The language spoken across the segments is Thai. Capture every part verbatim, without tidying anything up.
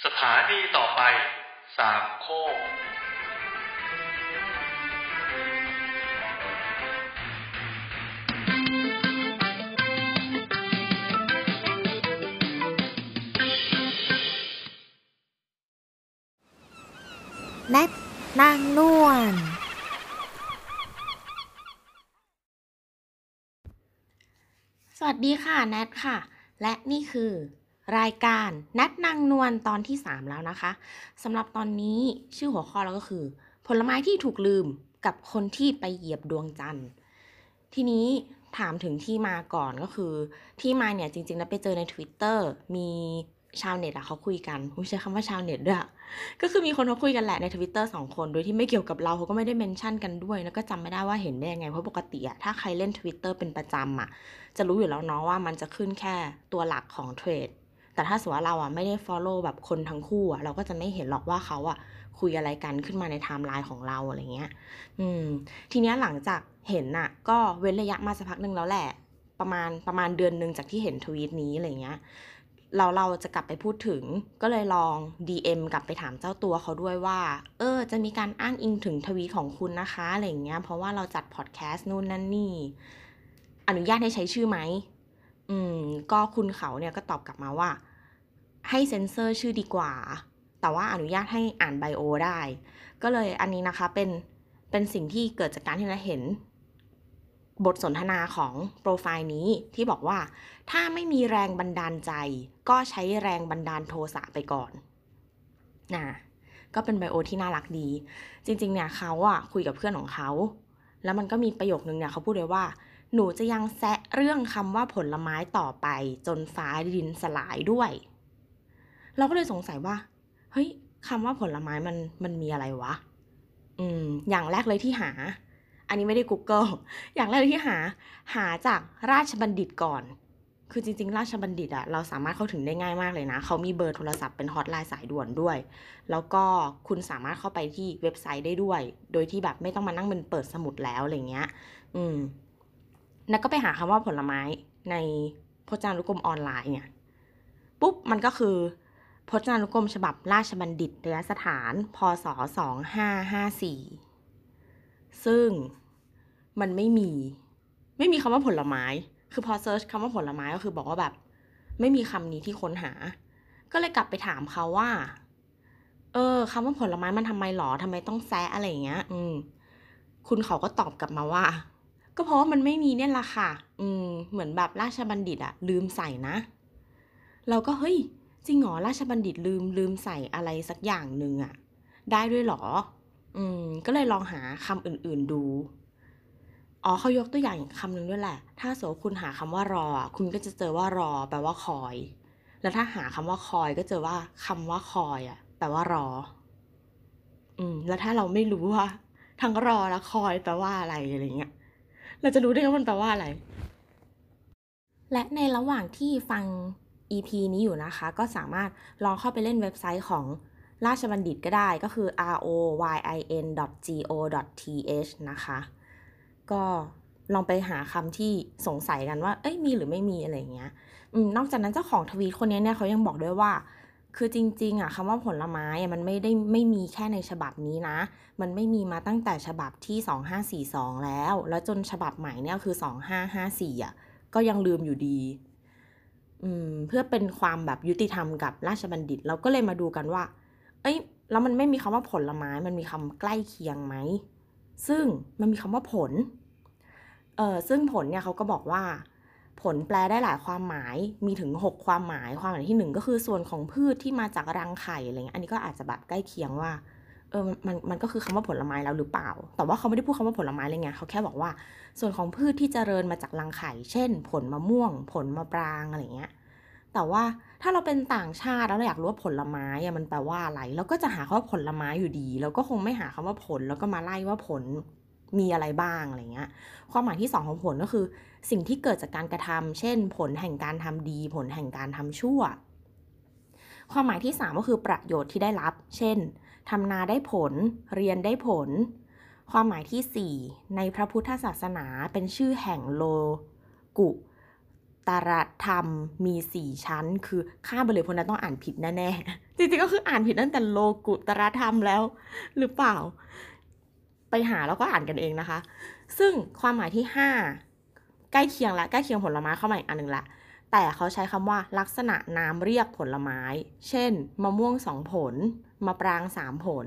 สถานีต่อไปสามโคกแนทนางนวลสวัสดีค่ะแนทค่ะและนี่คือรายการแนทนางนวลตอนที่สามแล้วนะคะสำหรับตอนนี้ชื่อหัวข้อแล้วก็คือผลไม้ที่ถูกลืมกับคนที่ไปเหยียบดวงจันทร์ทีนี้ถามถึงที่มาก่อนก็คือที่มาเนี่ยจริงๆแล้วไปเจอใน Twitter มีชาวเน็ตอะเขาคุยกันไม่ใช่คำว่าชาวเน็ตด้วยก็คือมีคนเขาคุยกันแหละใน Twitter สองคนโดยที่ไม่เกี่ยวกับเราเขาก็ไม่ได้เมนชั่นกันด้วยแล้วก็จำไม่ได้ว่าเห็นได้ยังไงเพราะปกติอะถ้าใครเล่น Twitter เป็นประจำอะจะรู้อยู่แล้วเนาะว่ามันจะขึ้นแค่ตัวหลักของเทรดแต่ถ้าสมมติว่าเราอะไม่ได้ follow แบบคนทั้งคู่อะเราก็จะไม่เห็นหรอกว่าเขาอะคุยอะไรกันขึ้นมาในไทม์ไลน์ของเราอะไรเงี้ยอืมทีเนี้ยหลังจากเห็นน่ะก็เว้นระยะมาสักพักนึงแล้วแหละประมาณประมาณเดือนนึงจากที่เห็นทวีตนี้อะไรเงี้ยเราเราจะกลับไปพูดถึงก็เลยลอง ดี เอ็ม กลับไปถามเจ้าตัวเขาด้วยว่าเออจะมีการอ้างอิงถึงทวีตของคุณนะคะอะไรเงี้ยเพราะว่าเราจัดพอดแคสต์นู่นนั่นนี่อนุญาตให้ใช้ชื่อไหมอืมก็คุณเขาเนี่ยก็ตอบกลับมาว่าให้เซ็นเซอร์ชื่อดีกว่าแต่ว่าอนุญาตให้อ่านไบโอได้ก็เลยอันนี้นะคะเป็นเป็นสิ่งที่เกิดจากการที่เราเห็นบทสนทนาของโปรไฟล์นี้ที่บอกว่าถ้าไม่มีแรงบันดาลใจก็ใช้แรงบันดาลโทสะไปก่อนนะก็เป็นไบโอที่น่ารักดีจริงๆเนี่ยเขาอะคุยกับเพื่อนของเขาแล้วมันก็มีประโยคนึงเนี่ยเขาพูดเลยว่าหนูจะยังแซะเรื่องคำว่าผลไม้ต่อไปจนฟ้าดินสลายด้วยเราก็เลยสงสัยว่าเฮ้ยคำว่าผลไม้มันมันมีอะไรวะอืมอย่างแรกเลยที่หาอันนี้ไม่ได้ Google อย่างแรกเลยที่หาหาจากราชบัณฑิตก่อนคือจริงๆราชบัณฑิตอะเราสามารถเข้าถึงได้ง่ายมากเลยนะเขามีเบอร์โทรศัพท์เป็นฮอตไลน์สายด่วนด้วยแล้วก็คุณสามารถเข้าไปที่เว็บไซต์ได้ด้วยโดยที่แบบไม่ต้องมานั่งเป็นเปิดสมุดแล้วอะไรเงี้ยอืมแล้วก็ไปหาคำว่าผลไม้ในพจนานุกรมออนไลน์เนี่ยปุ๊บมันก็คือพจนานุกรมฉบับราชบัณฑิตยสถานพ.ศ. สองพันห้าร้อยห้าสิบสี่ซึ่งมันไม่มีไม่มีคำว่าผลไม้คือพอเซิร์ชคำว่าผลไม้ก็คือบอกว่าแบบไม่มีคำนี้ที่ค้นหาก็เลยกลับไปถามเขาว่าเออคำว่าผลไม้มันทำไมหรอทำไมต้องแซะอะไรอย่างเงี้ยอืมคุณเขาก็ตอบกลับมาว่าก็เพราะว่ามันไม่มีเนี่ยแหละค่ะอืมเหมือนแบบราชบัณฑิตอะลืมใส่นะเราก็เฮ้ยจริงเหรอราชบัณฑิตลืมลืมใส่อะไรสักอย่างหนึ่งอะได้ด้วยหรออืมก็เลยลองหาคำอื่นๆดูอ๋อเขายกตัวอย่างคำหนึ่งด้วยแหละถ้าสมมติคุณหาคำว่ารอคุณก็จะเจอว่ารอแปลว่าคอยแล้วถ้าหาคำว่าคอยก็เจอว่าคำว่าคอยอะแปลว่ารออืมแล้วถ้าเราไม่รู้ว่าทั้งรอและคอยแปลว่าอะไรอะไรเงี้ยเราจะรู้ได้ว่ามันแปลว่าอะไรและในระหว่างที่ฟัง อี พี นี้อยู่นะคะก็สามารถลองเข้าไปเล่นเว็บไซต์ของราชบัณฑิตก็ได้ก็คือ อาร์ โอ วาย ไอ เอ็น ดอท จี โอ ดอท ที เอช นะคะก็ลองไปหาคำที่สงสัยกันว่าเอ้ยมีหรือไม่มีอะไรอย่างเงี้ยอืมนอกจากนั้นเจ้าของทวีตคนนี้เนี่ยเขายังบอกด้วยว่าคือจริงๆอ่ะคำว่าผลไม้อ่ะมันไม่ได้ไม่มีแค่ในฉบับนี้นะมันไม่มีมาตั้งแต่ฉบับที่สองพันห้าร้อยสี่สิบสองแล้วแล้วจนฉบับใหม่เนี่ยคือสองพันห้าร้อยห้าสิบสี่อ่ะก็ยังลืมอยู่ดีอืมเพื่อเป็นความแบบยุติธรรมกับราชบัณฑิตเราก็เลยมาดูกันว่าเอ้ยแล้วมันไม่มีคำว่าผลไม้มันมีคำใกล้เคียงไหมซึ่งมันมีคำว่าผลเออซึ่งผลเนี่ยเขาก็บอกว่าผลแปลได้หลายความหมายมีถึงหกความหมายความหมายที่หนึ่งก็คือส่วนของพืชที่มาจากรังไข่อะไรเงี้ยอันนี้ก็อาจจะแบบใกล้เคียงว่าเออมันมันก็คือคำว่าผลไม้แล้วหรือเปล่าแต่ว่าเขาไม่ได้พูดคำว่าผลไม้เลยไงเขาแค่บอกว่าส่วนของพืชที่เจริญมาจากรังไข่เช่นผลมะม่วงผลมะปรางอะไรเงี้ยแต่ว่าถ้าเราเป็นต่างชาติแล้วเราอยากรู้ว่าผลไม้อะมันแปลว่าอะไรเราก็จะหาคำว่าผลไม้อยู่ดีเราก็คงไม่หาคำว่าผลแล้วก็มาไล่ว่าผลมีอะไรบ้างอะไรเงี้ยความหมายที่สองของผลก็คือสิ่งที่เกิดจากการกระทำเช่นผลแห่งการทำดีผลแห่งการทำชั่วความหมายที่สามก็คือประโยชน์ที่ได้รับเช่นทำนาได้ผลเรียนได้ผลความหมายที่สี่ในพระพุทธศาสนาเป็นชื่อแห่งโลกุตรธรรมมีสี่ชั้นคือข้ามไปเลยเพราะนั้นต้องอ่านผิดแน่ๆจริงๆก็คืออ่านผิดตั้งแต่โลกุตรธรรมแล้วหรือเปล่าไปหาแล้วก็อ่านกันเองนะคะซึ่งความหมายที่ห้าใกล้เคียงละใกล้เคียงผลไม้เข้ามาอีกอันหนึ่งละแต่เขาใช้คำว่าลักษณะนามเรียกผลไม้เช่นมะม่วงสองผลมะปรางสามผล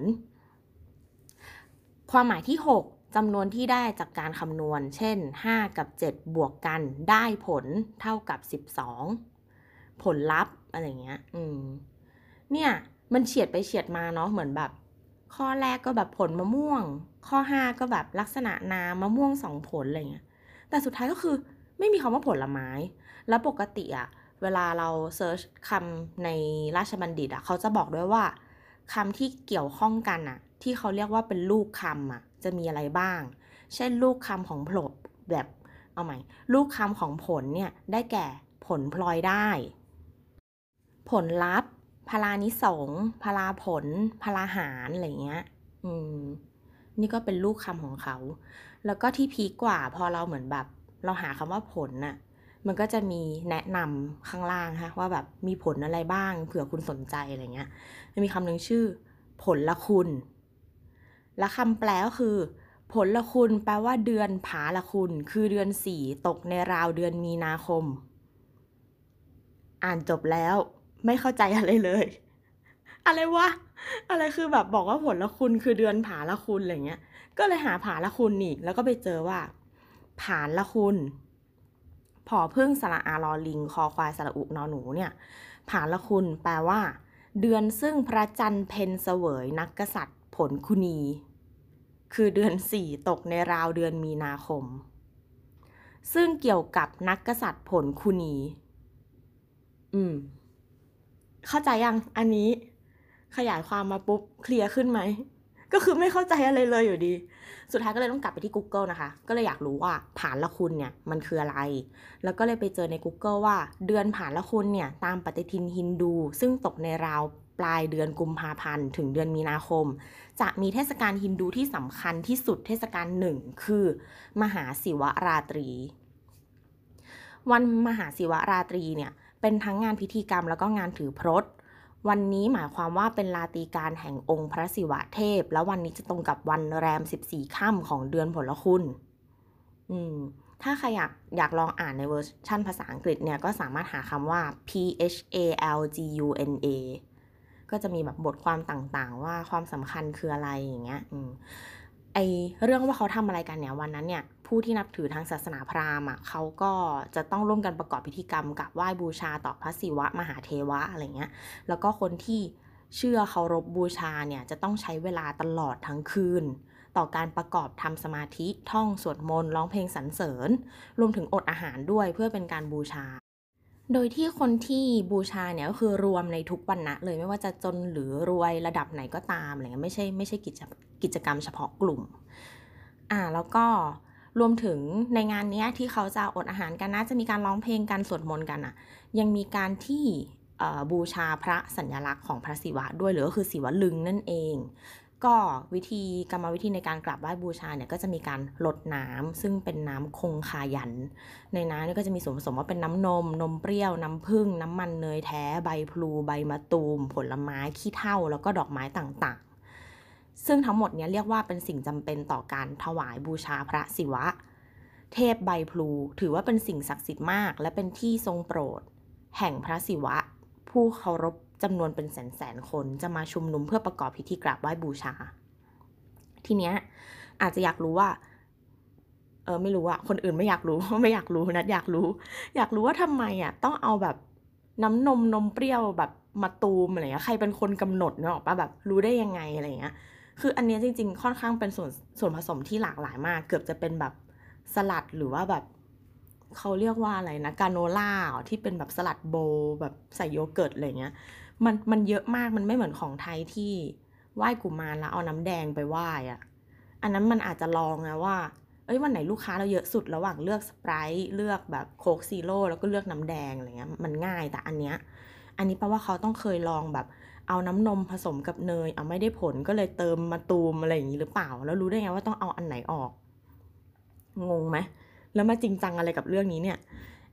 ความหมายที่หกจำนวนที่ได้จากการคำนวณเช่นห้ากับเจ็ดบวกกันได้ผลเท่ากับสิบสองผลลัพธ์อะไรเงี้ยอืมเนี่ยมันเฉียดไปเฉียดมาเนาะเหมือนแบบข้อแรกก็แบบผลมะม่วงข้อห้าก็แบบลักษณะนามมะม่วงสองผลอะไรเงี้ยแต่สุดท้ายก็คือไม่มีคำว่าผลไม้แล้วปกติอะเวลาเราเซิร์ชคำในราชบัณฑิตอะเขาจะบอกด้วยว่าคำที่เกี่ยวข้องกันอะที่เขาเรียกว่าเป็นลูกคำอะจะมีอะไรบ้างเช่นลูกคำของผลแบบเอาใหม่ลูกคำของผลเนี่ยได้แก่ผลพลอยได้ผลลัพธ์พลานิสงส์พลาผลพลาหารอะไรเงี้ยอืมนี่ก็เป็นลูกคำของเขาแล้วก็ที่พีคกว่าพอเราเหมือนแบบเราหาคำว่าผลน่ะมันก็จะมีแนะนำข้างล่างค่ะว่าแบบมีผลอะไรบ้างเผื่อคุณสนใจอะไรเงี้ยมันมีคำหนึ่งชื่อผลละคุณและคำแปลก็คือผลละคุณแปลว่าเดือนผาละคุณคือเดือนสี่ตกในราวเดือนมีนาคมอ่านจบแล้วไม่เข้าใจอะไรเลยอะไรวะอะไรคือแบบบอกว่าผลละคุณคือเดือนผาละคุณอะไรเงี้ยก็เลยหาผาละคุณอีกแล้วก็ไปเจอว่าผานละคุณผอพึ่งสระอารอลิงคอควายสระอุนอหนูเนี่ยผานละคุณแปลว่าเดือนซึ่งพระจันทร์เพ็ญเสวยนักกษัตริย์ผลคุณีคือเดือนสี่ตกในราวเดือนมีนาคมซึ่งเกี่ยวกับนักกษัตริย์ผลคุณีอืมเข้าใจยังอันนี้ขยายความมาปุ๊บเคลียร์ขึ้นไหมก็คือไม่เข้าใจอะไรเลยอยู่ดีสุดท้ายก็เลยต้องกลับไปที่ Google นะคะก็เลยอยากรู้ว่าผานละคุณเนี่ยมันคืออะไรแล้วก็เลยไปเจอใน Google ว่าเดือนผานละคุณเนี่ยตามปฏิทินฮินดูซึ่งตกในราวปลายเดือนกุมภาพันธ์ถึงเดือนมีนาคมจะมีเทศกาลฮินดูที่สำคัญที่สุดเทศกาลหนึ่งคือมหาศิวราตรีวันมหาศิวราตรีเนี่ยเป็นทั้งงานพิธีกรรมแล้วก็งานถือพรตวันนี้หมายความว่าเป็นราตรีการแห่งองค์พระศิวะเทพแล้ววันนี้จะตรงกับวันแรมสิบสี่ค่ำของเดือนผลคุณอืมถ้าใครอยากอยากลองอ่านในเวอร์ชันภาษาอังกฤษเนี่ยก็สามารถหาคำว่า P H A L G U N A ก็จะมีแบบบทความต่างๆว่าความสำคัญคืออะไรอย่างเงี้ยอืมไอเรื่องว่าเขาทำอะไรกันเนี่ยวันนั้นเนี่ยผู้ที่นับถือทางศาสนาพราหมณ์อ่ะเขาก็จะต้องร่วมกันประกอบพิธีกรรมกับไหว้บูชาต่อพระศิวะมหาเทวะอะไรเงี้ยแล้วก็คนที่เชื่อเคารพบูชาเนี่ยจะต้องใช้เวลาตลอดทั้งคืนต่อการประกอบทำสมาธิท่องสวดมนต์ร้องเพลงสรรเสริญรวมถึงอดอาหารด้วยเพื่อเป็นการบูชาโดยที่คนที่บูชาเนี่ยก็คือรวมในทุกวรรณะเลยไม่ว่าจะจนหรือรวยระดับไหนก็ตามอะไรเงี้ยไม่ใช่ไม่ใช่กิจกิจกรรมเฉพาะกลุ่มอ่าแล้วก็รวมถึงในงานนี้ที่เขาจะอดอาหารกันนะจะมีการร้องเพลงกันสวดมนต์กันอ่ะยังมีการที่บูชาพระสัญลักษณ์ของพระศิวะด้วยหรือก็คือศิวลึงนั่นเองก็วิธีกรรมวิธีในการกราบไหว้บูชาเนี่ยก็จะมีการรดน้ำซึ่งเป็นน้ำคงคายันในน้ำนี่ก็จะมีส่วนผสมว่าเป็นน้ำนมนมเปรี้ยวน้ำผึ้งน้ำมันเนยแท้ใบพลูใบมะตูมผลไม้ขี้เถ้าแล้วก็ดอกไม้ต่างๆซึ่งทั้งหมดนี้เรียกว่าเป็นสิ่งจำเป็นต่อการถวายบูชาพระศิวะเทพใบพลูถือว่าเป็นสิ่งศักดิ์สิทธิ์มากและเป็นที่ทรงโปรดแห่งพระศิวะผู้เคารพจำนวนเป็นแสนๆคนจะมาชุมนุมเพื่อประกอบพิธีกราบไหว้บูชาทีเนี้ยอาจจะอยากรู้ว่าเออไม่รู้อะคนอื่นไม่อยากรู้ไม่อยากรู้นัดอยากรู้อยากรู้ว่าทำไมอะต้องเอาแบบน้ำนมนมเปรี้ยวแบบมาตูมอะไรเงี้ยใครเป็นคนกำหนดเนอะป่ะแบบรู้ได้ยังไงอะไรเงี้ยคืออันนี้จริงๆค่อนข้างเป็นส่วนส่วนผสมที่หลากหลายมากเกือบจะเป็นแบบสลัดหรือว่าแบบเขาเรียกว่าอะไรนะกาโนล่าที่เป็นแบบสลัดโบแบบใส่โยเกิร์ตอะไรเงี้ยมันมันเยอะมากมันไม่เหมือนของไทยที่ไหว้กุมารแล้วเอาน้ำแดงไปไหว้อะอันนั้นมันอาจจะลองนะว่าเอ้ยวันไหนลูกค้าเราเยอะสุดระหว่างเลือกสไปร์เลือกแบบโค้กซีโร่แล้วก็เลือกน้ำแดงอะไรเงี้ยมันง่ายแต่อันเนี้ยอันนี้แปลว่าเขาต้องเคยลองแบบเอาน้ำนมผสมกับเนยเอาไม่ได้ผลก็เลยเติมมาตูมอะไรอย่างนี้หรือเปล่าแล้วรู้ได้ไงว่าต้องเอาอันไหนออกงงไหมแล้วมาจริงจังอะไรกับเรื่องนี้เนี่ย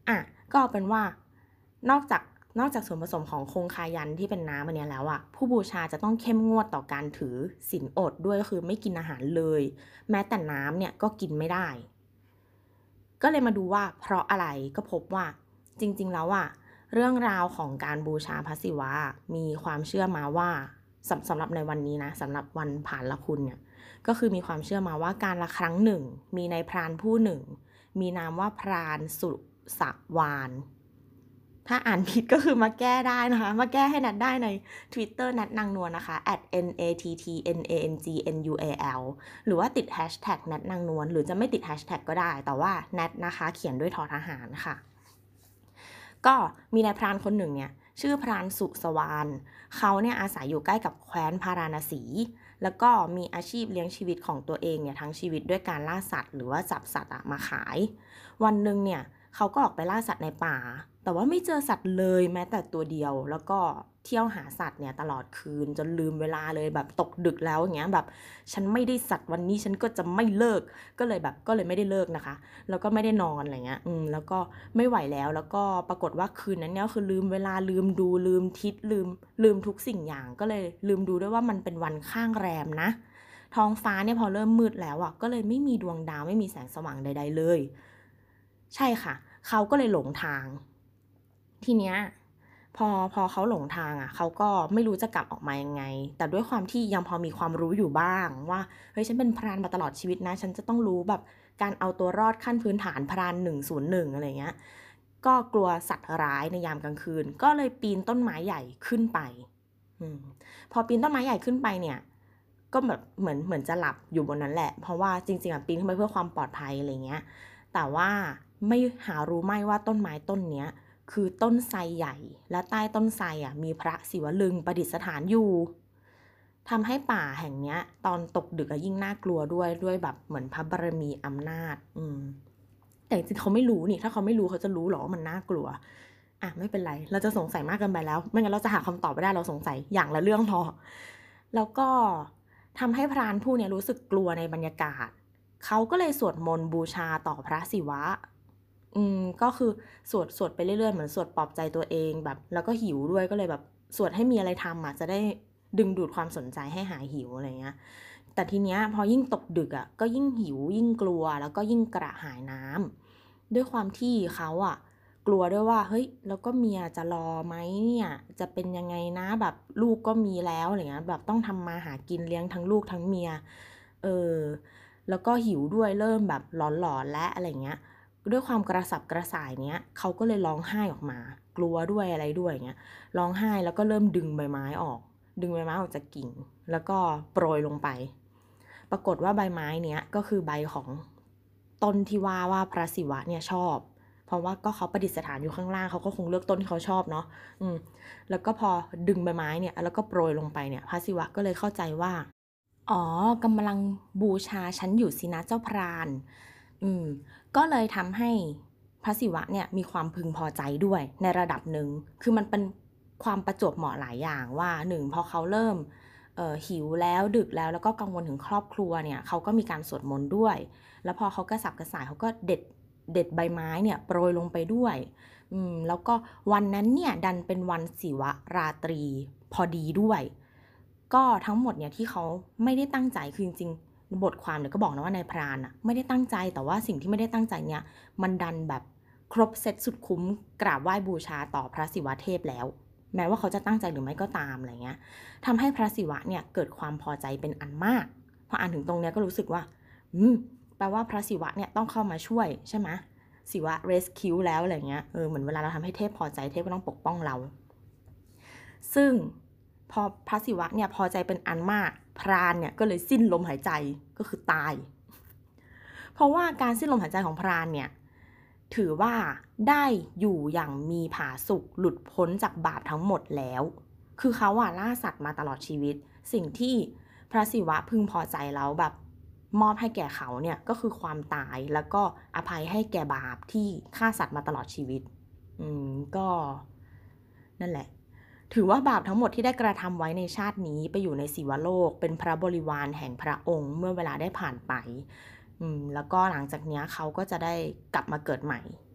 อ่ะก็เป็นว่านอกจากนอกจากส่วนผสมของคงคายันที่เป็นน้ำอันนี้แล้วอ่ะผู้บูชาจะต้องเข้มงวดต่อการถือศีลอดด้วยก็คือไม่กินอาหารเลยแม้แต่น้ำเนี่ยก็กินไม่ได้ก็เลยมาดูว่าเพราะอะไรก็พบว่าจริงๆแล้วอ่ะเรื่องราวของการบูชาพระศิวะมีความเชื่อมาว่าสำสำหรับในวันนี้นะสำหรับวันผานละคุณเนี่ยก็คือมีความเชื่อมาว่าการละครั้งหนึ่งมีนายพรานผู้หนึ่งมีนามว่าพรานสุสวาน ถ้าอ่านผิดก็คือมาแก้ได้นะคะมาแก้ให้นัดได้ใน Twitter นัดนางนวลนะคะ แอท เอ็น เอ ที ที เอ็น เอ เอ็น จี เอ็น ยู เอ แอล หรือว่าติด hashtag นัดนางนวลหรือจะไม่ติด hashtag ก็ได้แต่ว่านัดนะคะเขียนด้วยทอทหารค่ะก็มีนายพรานคนหนึ่งเนี่ยชื่อพรานสุสวานเขาเนี่ยอาศัยอยู่ใกล้กับแคว้นพาราณสีแล้วก็มีอาชีพเลี้ยงชีวิตของตัวเองเนี่ยทั้งชีวิตด้วยการล่าสัตว์หรือว่าจับสัตว์มาขายวันหนึ่งเนี่ยเขาก็ออกไปล่าสัตว์ในป่าแต่ว่าไม่เจอสัตว์เลยแม้แต่ตัวเดียวแล้วก็เที่ยวหาสัตว์เนี่ยตลอดคืนจนลืมเวลาเลยแบบตกดึกแล้วอย่างเงี้ยแบบฉันไม่ได้สัตว์วันนี้ฉันก็จะไม่เลิกก็เลยแบบก็เลยไม่ได้เลิกนะคะแล้วก็ไม่ได้นอนอะไรเงี้ยอืมแล้วก็ไม่ไหวแล้วแล้วก็ปรากฏว่าคืนนั้นเนี่ยคือลืมเวลาลืมดูลืมทิศลืมลืมทุกสิ่งอย่างก็เลยลืมดูด้วยว่ามันเป็นวันข้างแรมนะท้องฟ้าเนี่ยพอเริ่มมืดแล้วอ่ะก็เลยไม่มีดวงดาวไม่มีแสงสว่างใดๆเลยใช่ค่ะเขาก็เลยหลงทางทีเนี้ยพอพอเขาหลงทางอ่ะเขาก็ไม่รู้จะกลับออกมายังไงแต่ด้วยความที่ยังพอมีความรู้อยู่บ้างว่าเฮ้ยฉันเป็นพรานมาตลอดชีวิตนะฉันจะต้องรู้แบบการเอาตัวรอดขั้นพื้นฐานพรานหนึ่งศูนย์หนึ่งอะไรเงี้ยก็กลัวสัตว์ร้ายในยามกลางคืนก็เลยปีนต้นไม้ใหญ่ขึ้นไปอพอปีนต้นไม้ใหญ่ขึ้นไปเนี่ยก็แบบเหมือนเหมือนจะหลับอยู่บนนั้นแหละเพราะว่าจริงๆอ่ะปีนขึ้นไปเพื่อความปลอดภัยอะไรเงี้ยแต่ว่าไม่หารู้ไม่ว่าต้นไม้ต้นเนี้ยคือต้นไทรใหญ่และใต้ต้นไทรอ่ะมีพระศิวลึงประดิษฐานอยู่ทำให้ป่าแห่งเนี้ยตอนตกดึกอะยิ่งน่ากลัวด้วยด้วยแบบเหมือนพระบารมีอำนาจอืมแต่จริงๆเขาไม่รู้นี่ถ้าเขาไม่รู้เขาจะรู้หรอว่ามันน่ากลัวอ่ะไม่เป็นไรเราจะสงสัยมากเกินไปแล้วไม่งั้นเราจะหาคำตอบไม่ได้เราสงสัยอย่างละเรื่องพอแล้วก็ทำให้พรานผู้เนี่ยรู้สึกกลัวในบรรยากาศเขาก็เลยสวดมนต์บูชาต่อพระศิวะอืมก็คือสวดสวดไปเรื่อยๆเหมือนสวดปลอบใจตัวเองแบบแล้วก็หิวด้วยก็เลยแบบสวดให้มีอะไรทำอ่ะจะได้ดึงดูดความสนใจให้หายหิวอะไรเงี้ยแต่ทีเนี้ยพอยิ่งตกดึกอ่ะก็ยิ่งหิวยิ่งกลัวแล้วก็ยิ่งกระหายน้ำด้วยความที่เขาอ่ะกลัวด้วยว่าเฮ้ยแล้วก็เมียจะรอไหมเนี่ยจะเป็นยังไงนะแบบลูกก็มีแล้วอะไรเงี้ยแบบต้องทำมาหากินเลี้ยงทั้งลูกทั้งเมียเออแล้วก็หิวด้วยเริ่มแบบหลอนๆและอะไรเงี้ย ด้วยความกระสับกระส่ายเนี้ยเขาก็เลยร้องไห้ออกมากลัวด้วยอะไรด้วยเงี้ยร้องไห้แล้วก็เริ่มดึงใบไม้ออกดึงใบไม้ออกจากกิ่งแล้วก็โปรยลงไปปรากฏว่าใบไม้เนี้ยก็คือใบของต้นที่ว่าว่าพระศิวะเนี่ยชอบเพราะว่าก็เขาประดิษฐานอยู่ข้างล่างเขาก็คงเลือกต้นที่เขาชอบเนาะอืมแล้วก็พอดึงใบไม้เนี่ยแล้วก็โปรยลงไปเนี่ยพระศิวะก็เลยเข้าใจว่าอ๋อกำลังบูชาฉันอยู่สินะเจ้าพรานอืม ก็เลยทำให้พระศิวะเนี่ยมีความพึงพอใจด้วยในระดับหนึ่งคือมันเป็นความประจวบเหมาะหลายอย่างว่าหนึ่งพอเขาเริ่มเอ่อหิวแล้วดึกแล้วแล้วก็กังวลถึงครอบครัวเนี่ยเขาก็มีการสวดมนต์ด้วยแล้วพอเขากระสับกระส่ายเขาก็เด็ดเด็ดใบไม้เนี่ยโปรยลงไปด้วยอืมแล้วก็วันนั้นเนี่ยดันเป็นวันศิวราตรีพอดีด้วยก็ทั้งหมดเนี่ยที่เขาไม่ได้ตั้งใจคือจริงๆบทความเนี่ยก็บอกนะว่านายพรานอะไม่ได้ตั้งใจแต่ว่าสิ่งที่ไม่ได้ตั้งใจเนี่ยมันดันแบบครบเซตสุดคุ้มกราบไหว้บูชาต่อพระศิวะเทพแล้วแม้ว่าเขาจะตั้งใจหรือไม่ก็ตามอะไรเงี้ยทำให้พระศิวะเนี่ยเกิดความพอใจเป็นอันมากพออ่านถึงตรงเนี้ยก็รู้สึกว่าอืมแปลว่าพระศิวะเนี่ยต้องเข้ามาช่วยใช่ไหมศิวะ rescue แล้วอะไรเงี้ยเออเหมือนเวลาเราทำให้เทพพอใจเทพก็ต้องปกป้องเราซึ่งพอพระศิวะเนี่ยพอใจเป็นอันมากพรานเนี่ยก็เลยสิ้นลมหายใจก็คือตายเพราะว่าการสิ้นลมหายใจของพรานเนี่ยถือว่าได้อยู่อย่างมีผาสุกหลุดพ้นจากบาปทั้งหมดแล้วคือเขาอะล่าสัตว์มาตลอดชีวิตสิ่งที่พระศิวะพึงพอใจแล้วแบบมอบให้แก่เขาเนี่ยก็คือความตายแล้วก็อภัยให้แก่บาปที่ฆ่าสัตว์มาตลอดชีวิตอืมก็นั่นแหละถือว่าบาปทั้งหมดที่ได้กระทำไว้ในชาตินี้ไปอยู่ในศิวโลกเป็นพระบริวารแห่งพระองค์เมื่อเวลาได้ผ่านไปอืมแล้วก็หลังจากนี้เขาก็จะได้กลับมาเกิดใหม่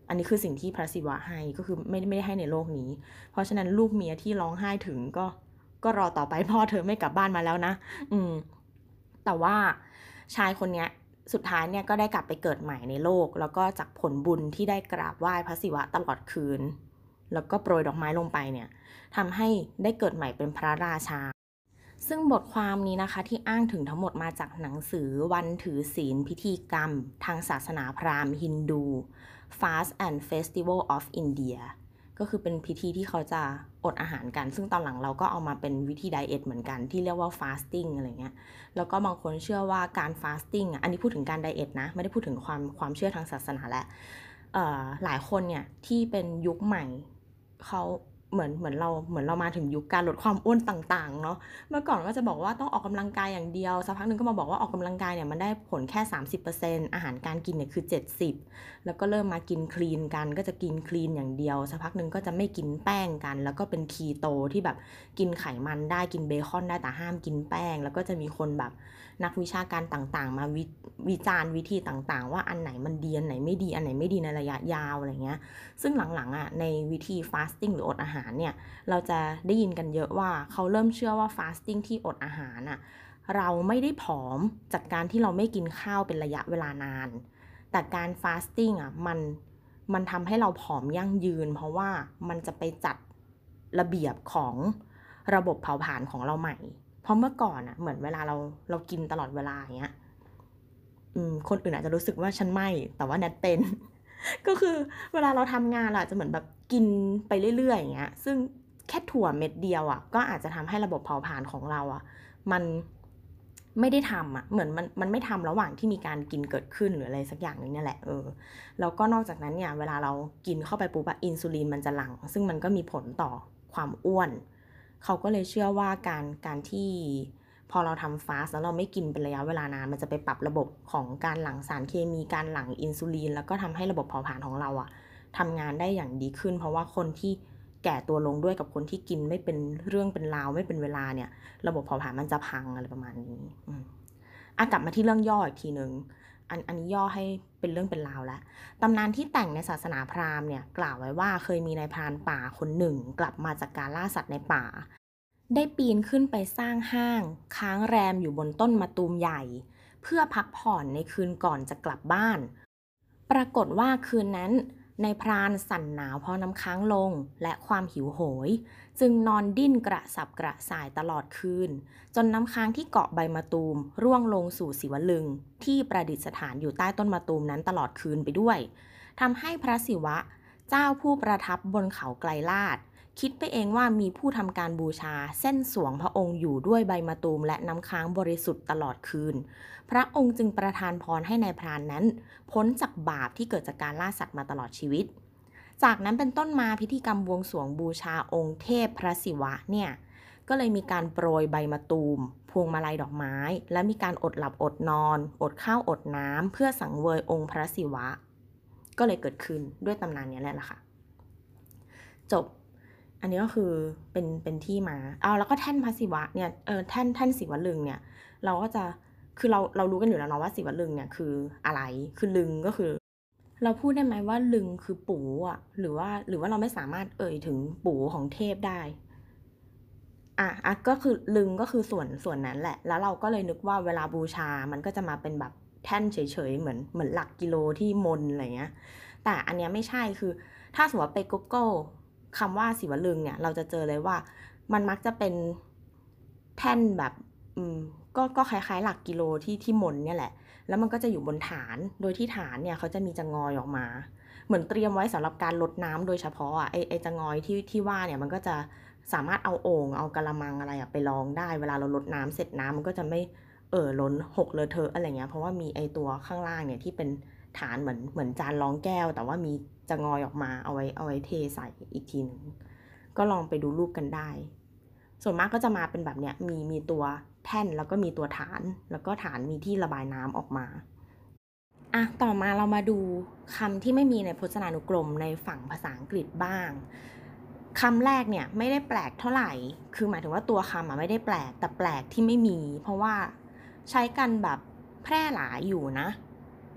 อันนี้คือสิ่งที่พระศิวะให้ก็คือไม่ไม่ได้ให้ในโลกนี้เพราะฉะนั้นลูกเมียที่ร้องไห้ถึงก็ก็รอต่อไปพ่อเธอไม่กลับบ้านมาแล้วนะอืมแต่ว่าชายคนเนี้ยสุดท้ายเนี่ยก็ได้กลับไปเกิดใหม่ในโลกแล้วก็จากผลบุญที่ได้กราบไหว้พระศิวะตลอดคืนแล้วก็โปรยดอกไม้ลงไปเนี่ยทำให้ได้เกิดใหม่เป็นพระราชาซึ่งบทความนี้นะคะที่อ้างถึงทั้งหมดมาจากหนังสือวันถือศีลพิธีกรรมทางศาสนาพราหมณ์ฮินดู Fast and Festival of India ก็คือเป็นพิธีที่เขาจะอดอาหารกันซึ่งตอนหลังเราก็เอามาเป็นวิธีไดเอทเหมือนกันที่เรียกว่า fasting อะไรเงี้ยแล้วก็บางคนเชื่อว่าการ fasting อ่ะอันนี้พูดถึงการไดเอทนะไม่ได้พูดถึงความความเชื่อทางศาสนาและหลายคนเนี่ยที่เป็นยุคใหม่เขาเหมือนเหมือนเราเหมือนเรามาถึงยุคการลดความอ้วนต่างๆเนาะเมื่อก่อนก็จะบอกว่าต้องออกกำลังกายอย่างเดียวสักพักนึงก็มาบอกว่าออกกำลังกายเนี่ยมันได้ผลแค่ สามสิบเปอร์เซ็นต์ อาหารการกินเนี่ยคือเจ็ดสิบแล้วก็เริ่มมากินคลีนกันก็จะกินคลีนอย่างเดียวสักพักนึงก็จะไม่กินแป้งกันแล้วก็เป็นคีโตที่แบบกินไขมันได้กินเบคอนได้แต่ห้ามกินแป้งแล้วก็จะมีคนแบบนักวิชาการต่างๆมาวิวิจารณ์วิธีต่างๆว่าอันไหนมันดีอันไหนไม่ดีอันไหนไม่ดีในระยะยาวอะไรเงี้ยซึ่งหลังๆอ่ะในวิธี fasting หรืออดอาหารเนี่ยเราจะได้ยินกันเยอะว่าเขาเริ่มเชื่อว่า fasting ที่อดอาหารอ่ะเราไม่ได้ผอมจากการที่เราไม่กินข้าวเป็นระยะเวลานานแต่การ fasting อ่ะมันมันทำให้เราผอมยั่งยืนเพราะว่ามันจะไปจัดระเบียบของระบบเผาผลาญของเราใหม่เพราะเมื่อก่อนอ่ะเหมือนเวลาเราเรากินตลอดเวลาอย่างเงี้ยอืมคนอื่นอาจจะรู้สึกว่าฉันไม่แต่ว่าแนทเป็น ก็คือเวลาเราทำงานเราอาจจะเหมือนแบบกินไปเรื่อยๆอย่างเงี้ยซึ่งแค่ถั่วเม็ดเดียวอ่ะก็อาจจะทำให้ระบบเผาผลาญของเราอ่ะมันไม่ได้ทำอ่ะเหมือนมันมันไม่ทำระหว่างที่มีการกินเกิดขึ้นหรืออะไรสักอย่างนึงเนี่ยแหละเออแล้วก็นอกจากนั้นเนี่ยเวลาเรากินเข้าไปปุ๊บอินซูลินมันจะหลั่งซึ่งมันก็มีผลต่อความอ้วนเขาก็เลยเชื่อว่าการการที่พอเราทำฟาสต์แล้วเราไม่กินเป็นระยะเวลานานมันจะไปปรับระบบของการหลั่งสารเคมีการหลั่งอินซูลินแล้วก็ทำให้ระบบเผาผลาญของเราอะทำงานได้อย่างดีขึ้นเพราะว่าคนที่แก่ตัวลงด้วยกับคนที่กินไม่เป็นเรื่องเป็นราวไม่เป็นเวลาเนี่ยระบบเผาผลาญมันจะพังอะไรประมาณนี้อ่ะกลับมาที่เรื่องย่ออีกทีนึงอันอันนี้ย่อให้เป็นเรื่องเป็นราวแล้วตำนานที่แต่งในศาสนาพราหมณ์เนี่ยกล่าวไว้ว่าเคยมีนายพรานป่าคนหนึ่งกลับมาจากการล่าสัตว์ในป่าได้ปีนขึ้นไปสร้างห้างค้างแรมอยู่บนต้นมะตูมใหญ่เพื่อพักผ่อนในคืนก่อนจะกลับบ้านปรากฏว่าคืนนั้นนายพรานสั่นหนาวเพราะน้ำค้างลงและความหิวโหยจึงนอนดิ้นกระสับกระส่ายตลอดคืนจนน้ำค้างที่เกาะใบมะตูมร่วงลงสู่ศิวลึงที่ประดิษฐานอยู่ใต้ต้นมะตูมนั้นตลอดคืนไปด้วยทำให้พระศิวะเจ้าผู้ประทับบนเขาไกลลาดคิดไปเองว่ามีผู้ทำการบูชาเส้นสวงพระองค์อยู่ด้วยใบมะตูมและน้ำค้างบริสุทธิ์ตลอดคืนพระองค์จึงประทานพรให้นายพรานนั้นพ้นจากบาปที่เกิดจากการล่าสัตว์มาตลอดชีวิตจากนั้นเป็นต้นมาพิธีกรรมบวงสรวงบูชาองค์เทพพระศิวะเนี่ยก็เลยมีการโปรยใบมะตูมพวงมาลัยดอกไม้และมีการอดหลับอดนอนอดข้าวอดน้ำเพื่อสังเวยองค์พระศิวะก็เลยเกิดขึ้นด้วยตำนานนี้แหละค่ะจบอันนี้ก็คือเป็นเป็นที่มาเอาแล้วก็แท่นพระศิวะเนี่ยเออแท่นแท่นศิวลึงเนี่ยเราก็จะคือเราเรารู้กันอยู่แล้วเนาะว่าศิวลึงเนี่ยคืออะไรคือลึงก็คือเราพูดได้ไหมว่าลึงคือปู่อ่ะหรือว่าหรือว่าเราไม่สามารถเอ่ยถึงปู่ของเทพได้อ่ะอ่ะก็คือลึงก็คือส่วนส่วนนั้นแหละแล้วเราก็เลยนึกว่าเวลาบูชามันก็จะมาเป็นแบบแท่นเฉยๆเหมือนเหมือนหลักกิโลที่มนอะไรเงี้ยแต่อันเนี้ยไม่ใช่คือถ้าสมมติว่าไป Googleคำว่าศิวลึงเนี่ยเราจะเจอเลยว่ามันมักจะเป็นแท่นแบบอืมก็ก็คล้ายๆหลักกิโลที่ที่มนเนี่ยแหละแล้วมันก็จะอยู่บนฐานโดยที่ฐานเนี่ยเขาจะมีจะงอยออกมาเหมือนเตรียมไว้สำหรับการลดน้ำโดยเฉพาะอ่ะไอไอจะงอยที่ที่ว่าเนี่ยมันก็จะสามารถเอาโอ่งเอากะละมังอะไรอะไปรองได้เวลาเราลดน้ำเสร็จน้ำมันก็จะไม่เอ่อล้นหกเลอะเทอะอะไรเงี้ยเพราะว่ามีไอตัวข้างล่างเนี่ยที่เป็นฐานเหมือนเหมือนจานรองแก้วแต่ว่ามีจะงอยออกมาเอาไว้เอาไว้เทใส่อีกทีนึงก็ลองไปดูรูปกันได้ส่วนมากก็จะมาเป็นแบบเนี้ยมีมีตัวแท่นแล้วก็มีตัวฐานแล้วก็ฐานมีที่ระบายน้ำออกมาอ่ะต่อมาเรามาดูคำที่ไม่มีในพจนานุกรมในฝั่งภาษาอังกฤษบ้างคำแรกเนี่ยไม่ได้แปลกเท่าไหร่คือหมายถึงว่าตัวคำอ่ะไม่ได้แปลกแต่แปลกที่ไม่มีเพราะว่าใช้กันแบบแพร่หลายอยู่นะ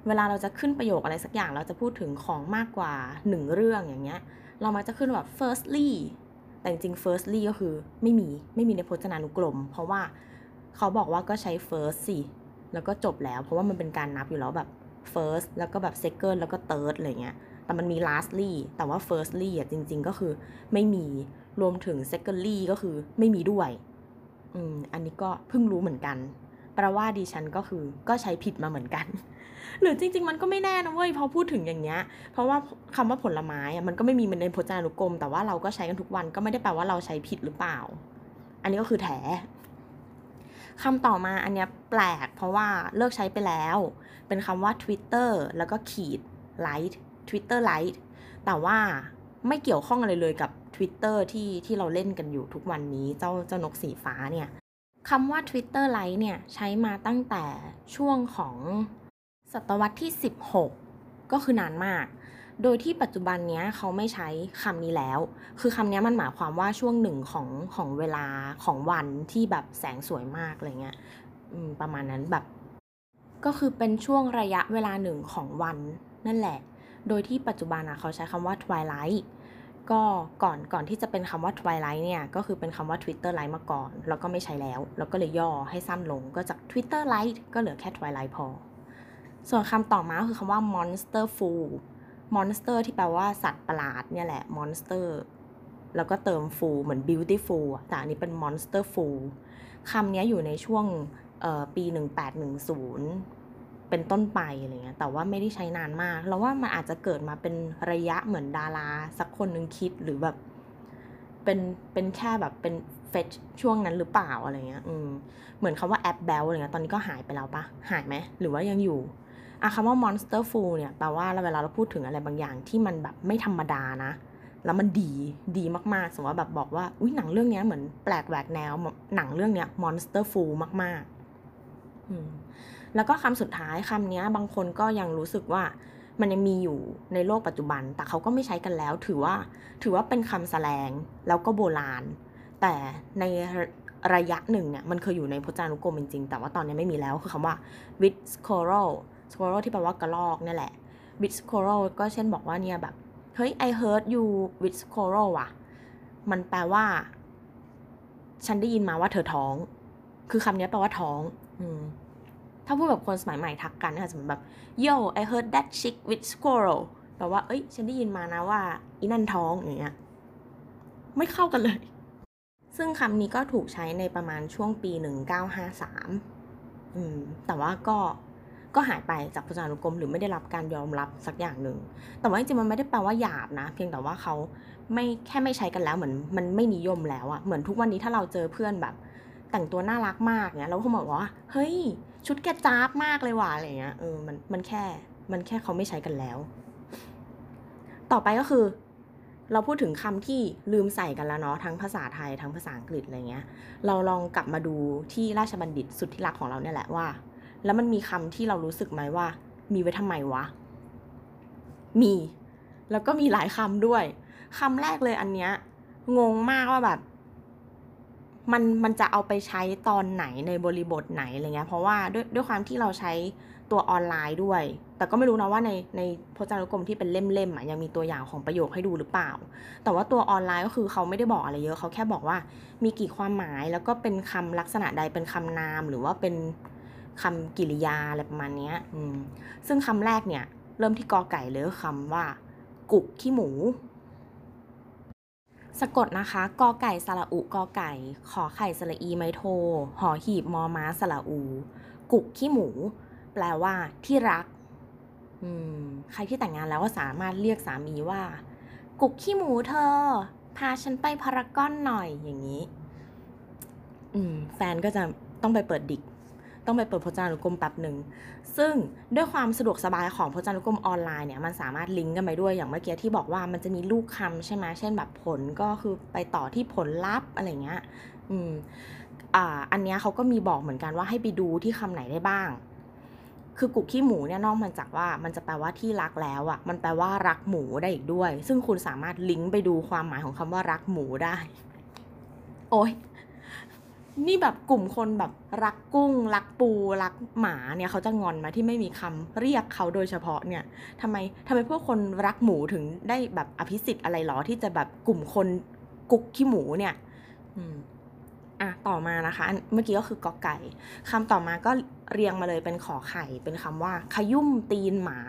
เวลาเราจะขึ้นประโยคอะไรสักอย่างเราจะพูดถึงของมากกว่าหนึ่งเรื่องอย่างเงี้ยเรามักจะขึ้นแบบ firstly แต่จริงๆ firstly ก็คือไม่มีไม่มีในพจนานุกรมเพราะว่าเขาบอกว่าก็ใช้ first สิแล้วก็จบแล้วเพราะว่ามันเป็นการนับอยู่แล้วแบบ first แล้วก็แบบ second แล้วก็ third อะไรเงี้ยแต่มันมี lastly แต่ว่า firstly อ่ะจริงๆก็คือไม่มีรวมถึง secondly ก็คือไม่มีด้วยอืมอันนี้ก็เพิ่งรู้เหมือนกันแปลว่าดิฉันก็คือก็ใช้ผิดมาเหมือนกันหรือจริงๆมันก็ไม่แน่นะเว้ยพอพูดถึงอย่างเงี้ยเพราะว่าคำว่าผลไม้อะมันก็ไม่มีมันในพจนานุกรมแต่ว่าเราก็ใช้กันทุกวันก็ไม่ได้แปลว่าเราใช้ผิดหรือเปล่าอันนี้ก็คือแถคำต่อมาอันเนี้ยแปลกเพราะว่าเลิกใช้ไปแล้วเป็นคำว่า Twitter แล้วก็ขีด Lite Twitter Lite แต่ว่าไม่เกี่ยวข้องอะไรเลยกับ Twitter ที่ที่เราเล่นกันอยู่ทุกวันนี้เจ้าเจ้านกสีฟ้าเนี่ยคำว่า Twitter Lite เนี่ยใช้มาตั้งแต่ช่วงของศตวรรษที่สิบหกก็คือนานมากโดยที่ปัจจุบันนี้เขาไม่ใช้คำนี้แล้วคือคำนี้มันหมายความว่าช่วงหนึ่งของของเวลาของวันที่แบบแสงสวยมากอะไรเงี้ยประมาณนั้นแบบก็คือเป็นช่วงระยะเวลาหนึ่งของวันนั่นแหละโดยที่ปัจจุบันเขาใช้คำว่า twilight ก็ก่อนก่อนที่จะเป็นคำว่า twilight เนี่ยก็คือเป็นคำว่า Twitter Lite มาก่อนแล้วก็ไม่ใช้แล้วแล้วก็เลยย่อให้สั้นลงก็จาก Twitter Lite ก็เหลือแค่ twilight พอส่วนคำต่อมาคือคำว่า monsterful monster ที่แปลว่าสัตว์ประหลาดเนี่ยแหละ monster แล้วก็เติม full เหมือน beautiful แต่อันนี้เป็น monsterful คำนี้อยู่ในช่วงปีหนึ่งแปดหนึ่งศูนย์เป็นต้นไปอะไรเงี้ยแต่ว่าไม่ได้ใช้นานมากเราว่ามันอาจจะเกิดมาเป็นระยะเหมือนดาราสักคนนึงคิดหรือแบบเป็นเป็นแค่แบบเป็นเฟชช่วงนั้นหรือเปล่าอะไรเงี้ยอืมเหมือนคำว่าแอปแบลอะไรเงี้ยตอนนี้ก็หายไปแล้วปะหายไหมหรือว่ายังอยู่อะคำว่า monsterful เนี่ยแปลว่าเวลาเราพูดถึงอะไรบางอย่างที่มันแบบไม่ธรรมดานะแล้วมันดีดีมากๆสมมติว่าแบบบอกว่าอุ๊ยหนังเรื่องนี้เหมือนแปลกแหวกแนวหนังเรื่องนี้ monsterful มากๆอืมแล้วก็คำสุดท้ายคำนี้บางคนก็ยังรู้สึกว่ามันยังมีอยู่ในโลกปัจจุบันแต่เขาก็ไม่ใช้กันแล้วถือว่าถือว่าเป็นคำแสลงแล้วก็โบราณแต่ในระยะหนึ่งเนี่ยมันเคยอยู่ในพจนานุกรมจริงๆแต่ว่าตอนนี้ไม่มีแล้วคือคำว่า with squirrel squirrel ที่แปลว่ากระรอกนี่แหละ with squirrel ก็เช่นบอกว่าเนี่ยแบบเฮ้ย I heard you with squirrel อ่ะมันแปลว่าฉันได้ยินมาว่าเธอท้องคือคำนี้แปลว่าท้องอืมถ้าพูดแบบคนสมัยใหม่ทักกันนะคะสมมติแบบ yo I heard that chick with squirrel แปลว่าเอ้ยฉันได้ยินมานะว่าอีนั่นท้องอย่างเงี้ยไม่เข้ากันเลยซึ่งคำนี้ก็ถูกใช้ในประมาณช่วงปีหนึ่งเก้าห้าสามอืมแต่ว่าก็ก็หายไปจากพจนานุกรมหรือไม่ได้รับการยอมรับสักอย่างหนึ่งแต่ว่าจริงๆมันไม่ได้แปลว่าหยาบนะเพียงแต่ว่าเขาไม่แค่ไม่ใช้กันแล้วเหมือนมันไม่นิยมแล้วอะเหมือนทุกวันนี้ถ้าเราเจอเพื่อนแบบแต่งตัวน่ารักมากเนี่ยเราก็บอกว่าเฮ้ยชุดแกจ้าบมากเลยว่ะอะไรเงี้ยเออมันมันแค่มันแค่เขาไม่ใช้กันแล้วต่อไปก็คือเราพูดถึงคำที่ลืมใส่กันแล้วเนาะทั้งภาษาไทยทั้งภาษาอังกฤษอะไรเงี้ยเราลองกลับมาดูที่ราชบัณฑิตสุดที่รักของเราเนี่ยแหละว่าแล้วมันมีคำที่เรารู้สึกไหมว่ามีไว้ทำไมวะมีแล้วก็มีหลายคำด้วยคำแรกเลยอันเนี้ยงงมากว่าแบบมันมันจะเอาไปใช้ตอนไหนในบริบทไหนอะไรเงี้ยเพราะว่าด้วยด้วยความที่เราใช้ตัวออนไลน์ด้วยแต่ก็ไม่รู้นะว่าในในพจนานุกรมที่เป็นเล่มๆอ่ะยังมีตัวอย่างของประโยคให้ดูหรือเปล่าแต่ว่าตัวออนไลน์ก็คือเขาไม่ได้บอกอะไรเยอะเขาแค่บอกว่ามีกี่ความหมายแล้วก็เป็นคำลักษณะใดเป็นคำนามหรือว่าเป็นคำกริยาอะไรประมาณนี้อืมซึ่งคำแรกเนี่ยเริ่มที่กอไก่เลยคำว่ากุกขี้หมูสะกดนะคะกอไก่สระอุกอไก่ขอไข่สระอีไม้โทหอหีบมอม้าสระอูกุกขี้หมูแปลว่าที่รักอืมใครที่แต่งงานแล้วก็สามารถเรียกสามีว่ากุกขี้หมูเธอพาฉันไปพารากอนหน่อยอย่างนี้อืมแฟนก็จะต้องไปเปิดดิกต้องไปเปิดพจนานุกรมแป๊บหนึ่งซึ่งด้วยความสะดวกสบายของพจนานุกรมออนไลน์เนี่ยมันสามารถลิงก์กันไปด้วยอย่างเมื่อกี้ที่บอกว่ามันจะมีลูกคำใช่ไหมเช่นแบบผลก็คือไปต่อที่ผลลัพธ์อะไรเงี้ยอืมอ่าอันเนี้ยเขาก็มีบอกเหมือนกันว่าให้ไปดูที่คำไหนได้บ้างคือกุกขี้หมูเนี่ยนอกจากว่ามันจะแปลว่าที่รักแล้วอ่ะมันแปลว่ารักหมูได้อีกด้วยซึ่งคุณสามารถลิงก์ไปดูความหมายของคำว่ารักหมูได้โอ้ยนี่แบบกลุ่มคนแบบรักกุ้งรักปูรักหมาเนี่ยเขาจะงอนมาที่ไม่มีคำเรียกเขาโดยเฉพาะเนี่ยทำไมทำไมพวกคนรักหมูถึงได้แบบอภิสิทธิ์อะไรหรอที่จะแบบกลุ่มคนกุ๊กขี้หมูเนี่ยอืมอ่ะต่อมานะคะเมื่อกี้ก็คือกอไก่คำต่อมาก็เรียงมาเลยเป็นขอไข่เป็นคำว่าขยุ่มตีนหมา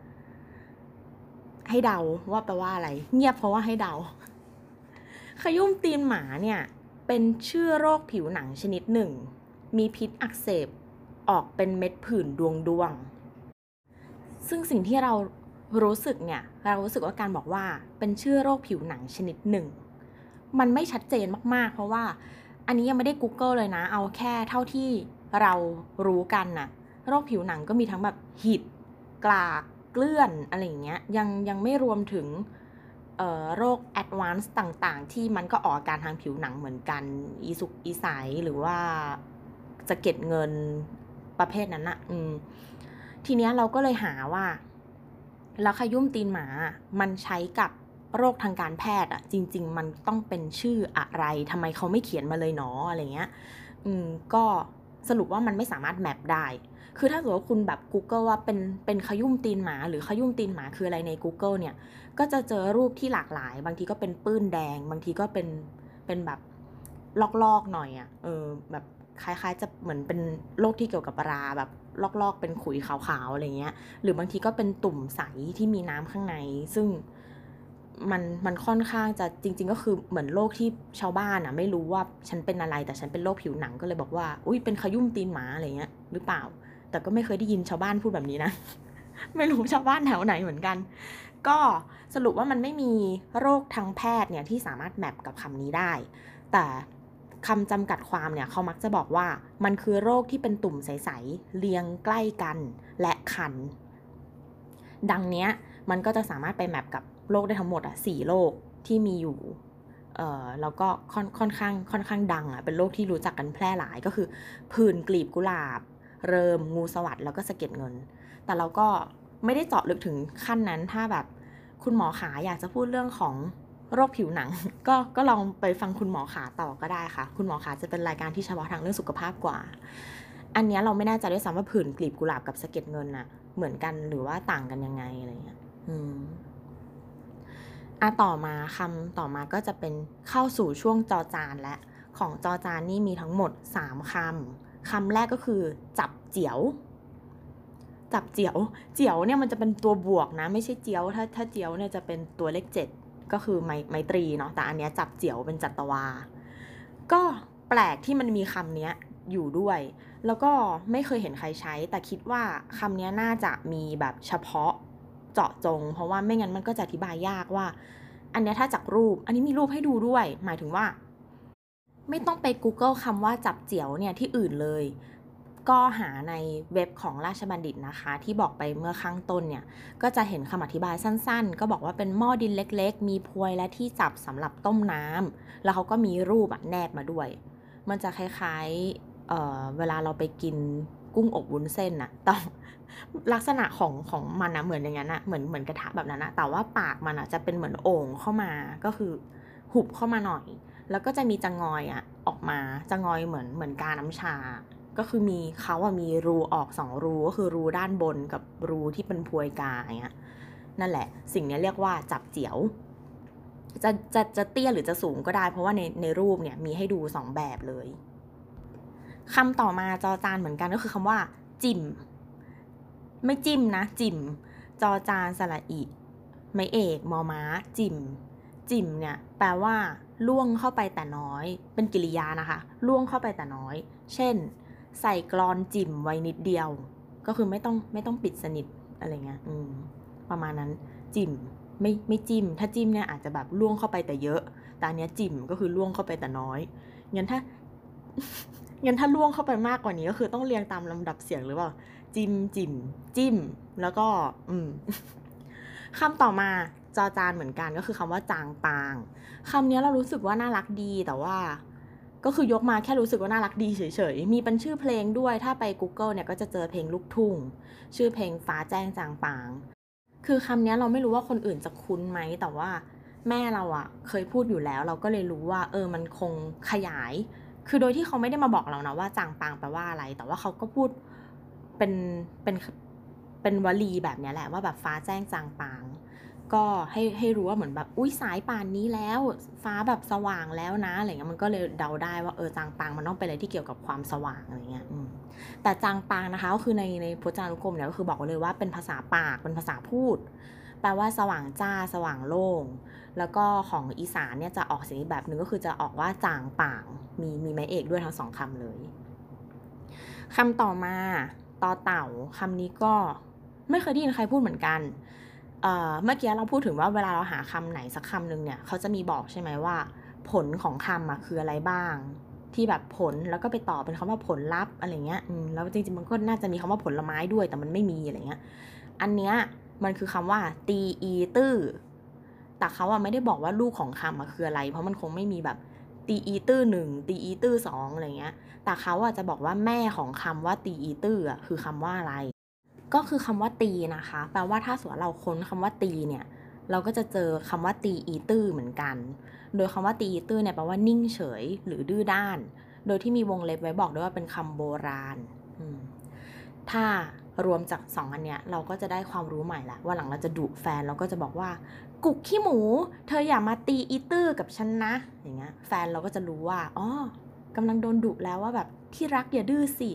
ให้เดาว่าแปลว่าอะไรเงียบเพราะว่าให้เดาขยุ่มตีนหมาเนี่ยเป็นชื่อโรคผิวหนังชนิดหนึ่งมีพิษอักเสบออกเป็นเม็ดผื่นดวงดวงซึ่งสิ่งที่เรารู้สึกเนี่ยเรารู้สึกว่าการบอกว่าเป็นชื่อโรคผิวหนังชนิดหนึ่งมันไม่ชัดเจนมากๆเพราะว่าอันนี้ยังไม่ได้ Google เลยนะเอาแค่เท่าที่เรารู้กันน่ะโรคผิวหนังก็มีทั้งแบบหิดกลากเกลื่อนอะไรอย่างเงี้ยยังยังไม่รวมถึงโรค advanced ต่างๆที่มันก็ออกอาการทางผิวหนังเหมือนกันอีสุกอีใสหรือว่าสะเก็ดเงินประเภทนั้นอะอืมทีเนี้ยเราก็เลยหาว่าแล้วขยุ่มตีนหมามันใช้กับโรคทางการแพทย์อะจริงๆมันต้องเป็นชื่ออะไรทำไมเขาไม่เขียนมาเลยเนาะอะไรเงี้ยอืมก็สรุปว่ามันไม่สามารถแมปได้คือถ้าเกิดว่าคุณแบบ Google ว่าเป็นเป็นขยุ่มตีนหมาหรือขยุ่มตีนหมาคืออะไรใน Google เนี่ยก็จะเจอรูปที่หลากหลายบางทีก็เป็นปื้นแดงบางทีก็เป็นเป็นแบบลอกๆหน่อยอะเออแบบคล้ายๆจะเหมือนเป็นโรคที่เกี่ยวกับราแบบลอกๆเป็นขุยขาวๆอะไรเงี้ยหรือบางทีก็เป็นตุ่มใสที่มีน้ำข้างในซึ่งมันมันค่อนข้างจะจริงๆก็คือเหมือนโรคที่ชาวบ้านอะไม่รู้ว่าฉันเป็นอะไรแต่ฉันเป็นโรคผิวหนังก็เลยบอกว่าอุ้ยเป็นขยุ่มตีนหมาอะไรเงี้ยหรือเปล่าแต่ก็ไม่เคยได้ยินชาวบ้านพูดแบบนี้นะ ไม่รู้ชาวบ้านแถวไหนเหมือนกันก็สรุปว่ามันไม่มีโรคทางแพทย์เนี่ยที่สามารถแมปกับคำนี้ได้แต่คำจำกัดความเนี่ยเขามักจะบอกว่ามันคือโรคที่เป็นตุ่มใสๆเรียงใกล้กันและคันดังเนี้ยมันก็จะสามารถไปแมปกับโรคได้ทั้งหมดอ่ะสี่โรคที่มีอยู่เอ่อแล้วก็ค่อนค่อนข้างค่อนข้างดังอ่ะเป็นโรคที่รู้จักกันแพร่หลายก็คือผื่นกลีบกุหลาบเริมงูสวัสด์แล้วก็สะเก็ดเงินแต่เราก็ไม่ได้เจาะลึกถึงขั้นนั้นถ้าแบบคุณหมอขาอยากจะพูดเรื่องของโรคผิวหนัง ก็ก็ลองไปฟังคุณหมอขาต่อก็ได้ค่ะคุณหมอขาจะเป็นรายการที่เฉพาะทางเรื่องสุขภาพกว่าอันนี้เราไม่แน่ใจด้วยซ้ำว่าผื่นกลีบกุหลาบกับสะเก็ดเงินน่ะเหมือนกันหรือว่าต่างกันยังไงอะไรเงี้ยอืมอ่ะต่อมาคำต่อมาก็จะเป็นเข้าสู่ช่วงจอจานและของจอจานนี่มีทั้งหมดสามคำคำแรกก็คือจับเจียวจับเจียวเจียวเนี่ยมันจะเป็นตัวบวกนะไม่ใช่เจียวถ้าถ้าเจียวเนี่ยจะเป็นตัวเลขเจ็ดก็คือไมไมตรีเนาะแต่อันเนี้ยจับเจียวเป็นจัตวาก็แปลกที่มันมีคำนี้อยู่ด้วยแล้วก็ไม่เคยเห็นใครใช้แต่คิดว่าคำนี้น่าจะมีแบบเฉพาะเจาะจงเพราะว่าไม่งั้นมันก็จะอธิบายยากว่าอันนี้ถ้าจากรูปอันนี้มีรูปให้ดูด้วยหมายถึงว่าไม่ต้องไป Google คำว่าจับเจียวเนี่ยที่อื่นเลยก็หาในเว็บของราชบัณฑิตนะคะที่บอกไปเมื่อข้างต้นเนี่ยก็จะเห็นคำอธิบายสั้นๆก็บอกว่าเป็นหม้อดินเล็กๆมีพวยและที่จับสำหรับต้มน้ำแล้วเขาก็มีรูปแนบมาด้วยมันจะคล้ายๆ เ, เวลาเราไปกินกุ้งอบวุ้นเส้นน่ะแต่ลักษณะของของมันนะเหมือนอย่างนั้นนะเหมือนเหมือนกระทะแบบนั้นนะแต่ว่าปากมันอ่ะจะเป็นเหมือนโอ่งเข้ามาก็คือหุบเข้ามาหน่อยแล้วก็จะมีจะงอยอ่ะออกมาจะงอยเหมือนเหมือนกาน้ำชาก็คือมีเขาอะมีรูออกสองรูก็คือรูด้านบนกับรูที่เป็นพวยกาอย่างเงี้ยนั่นแหละสิ่งนี้เรียกว่าจับเจียวจะจะจะเตี้ยหรือจะสูงก็ได้เพราะว่าในในรูปเนี่ยมีให้ดูสองแบบเลยคำต่อมาจอจานเหมือนกันก็คือคำว่าจิ้มไม่จิ้มนะจิ่มจอจานสระอิไม้เอกมอม้าจิ่มจิ่มเนี่ยแปลว่าล่วงเข้าไปแต่น้อยเป็นกริยานะคะล่วงเข้าไปแต่น้อยเช่นใส่กลอนจิ่มไว้นิดเดียวก็คือไม่ต้องไม่ต้องปิดสนิทอะไรเงี้ยอืมประมาณนั้นจิ่มไม่ไม่จิ้มถ้าจิ้มเนี่ยอาจจะแบบล่วงเข้าไปแต่เยอะแต่อันเนี้ยจิ่มก็คือล่วงเข้าไปแต่น้อยงั้นถ้า งั้นถ้าล่วงเข้าไปมากกว่านี้ก็คือต้องเรียงตามลำดับเสียงหรือเปล่าจิ้มจิ่มจิ้มแล้วก็อืม คำต่อมาจอจานเหมือนกันก็คือคำว่าจางปางคำนี้เรารู้สึกว่าน่ารักดีแต่ว่าก็คือยกมาแค่รู้สึกว่าน่ารักดีเฉยๆมีเป็นชื่อเพลงด้วยถ้าไป Google เนี่ยก็จะเจอเพลงลูกทุ่งชื่อเพลงฟ้าแจ้งจางปางคือคำนี้เราไม่รู้ว่าคนอื่นจะคุ้นไหมแต่ว่าแม่เราอะเคยพูดอยู่แล้วเราก็เลยรู้ว่าเออมันคงขยายคือโดยที่เขาไม่ได้มาบอกเรานะว่าจางปางแปลว่าอะไรแต่ว่าเขาก็พูดเป็นเป็นเป็นวลีแบบนี้แหละว่าแบบฟ้าแจ้งจางปางก็ให้ให้รู้ว่าเหมือนแบบอุ้ยสายป่านนี้แล้วฟ้าแบบสว่างแล้วนะอะไรเงี้ยมันก็เลยเดาได้ว่าเออจางปางมันต้องเป็นอะไรที่เกี่ยวกับความสว่างอะไรเงี้ยแต่จางปางนะคะก็คือในในพจนานุกรมเนี่ยก็คือบอกเลยว่าเป็นภาษาปากเป็นภาษาพูดแปลว่าสว่างจ้าสว่างโล่งแล้วก็ของอีสานเนี่ยจะออกเสียงอีกแบบนึงก็คือจะออกว่าจางปางมีมีไม้เอกด้วยทั้งสองคำเลยคำต่อมาต่อเต่าคำนี้ก็ไม่เคยได้ยินใครพูดเหมือนกันเอ่อเมื่อกี้เราพูดถึงว่าเวลาเราหาคำไหนสักคำหนึ่งเนี่ยเขาจะมีบอกใช่ไหมว่าผลของคำอะคืออะไรบ้างที่แบบผลแล้วก็ไปต่อเป็นคำว่าผลลัพธ์อะไรเงี้ยอืมแล้วจริงๆมันก็น่าจะมีคำว่าผลไม้ด้วยแต่มันไม่มีอะไรเงี้ยอันเนี้ยมันคือคำว่าตีอีตื้อแต่เขาอะไม่ได้บอกว่าลูกของคำอะคืออะไรเพราะมันคงไม่มีแบบตีอีตื้อหนึ่งตีอีตื้อสองอะไรเงี้ยแต่เขาอะจะบอกว่าแม่ของคำว่าตีอีตื้ออะคือคำว่าอะไรก็คือคำว่าตีนะคะแปลว่าถ้าสมมติเราค้นคำว่าตีเนี่ยเราก็จะเจอคำว่าตีอีตื้อเหมือนกันโดยคำว่าตีอีตื้อเนี่ยแปลว่านิ่งเฉยหรือดื้อด้านโดยที่มีวงเล็บไว้บอกด้วยว่าเป็นคำโบราณถ้ารวมจากสองอันเนี้ยเราก็จะได้ความรู้ใหม่ละว่าหลังเราจะดุแฟนเราก็จะบอกว่ากุกขี้หมูเธออย่ามาตีอีตื้อกับฉันนะอย่างเงี้ยแฟนเราก็จะรู้ว่าอ๋อกำลังโดนดุแล้วว่าแบบที่รักอย่าดื้อสิ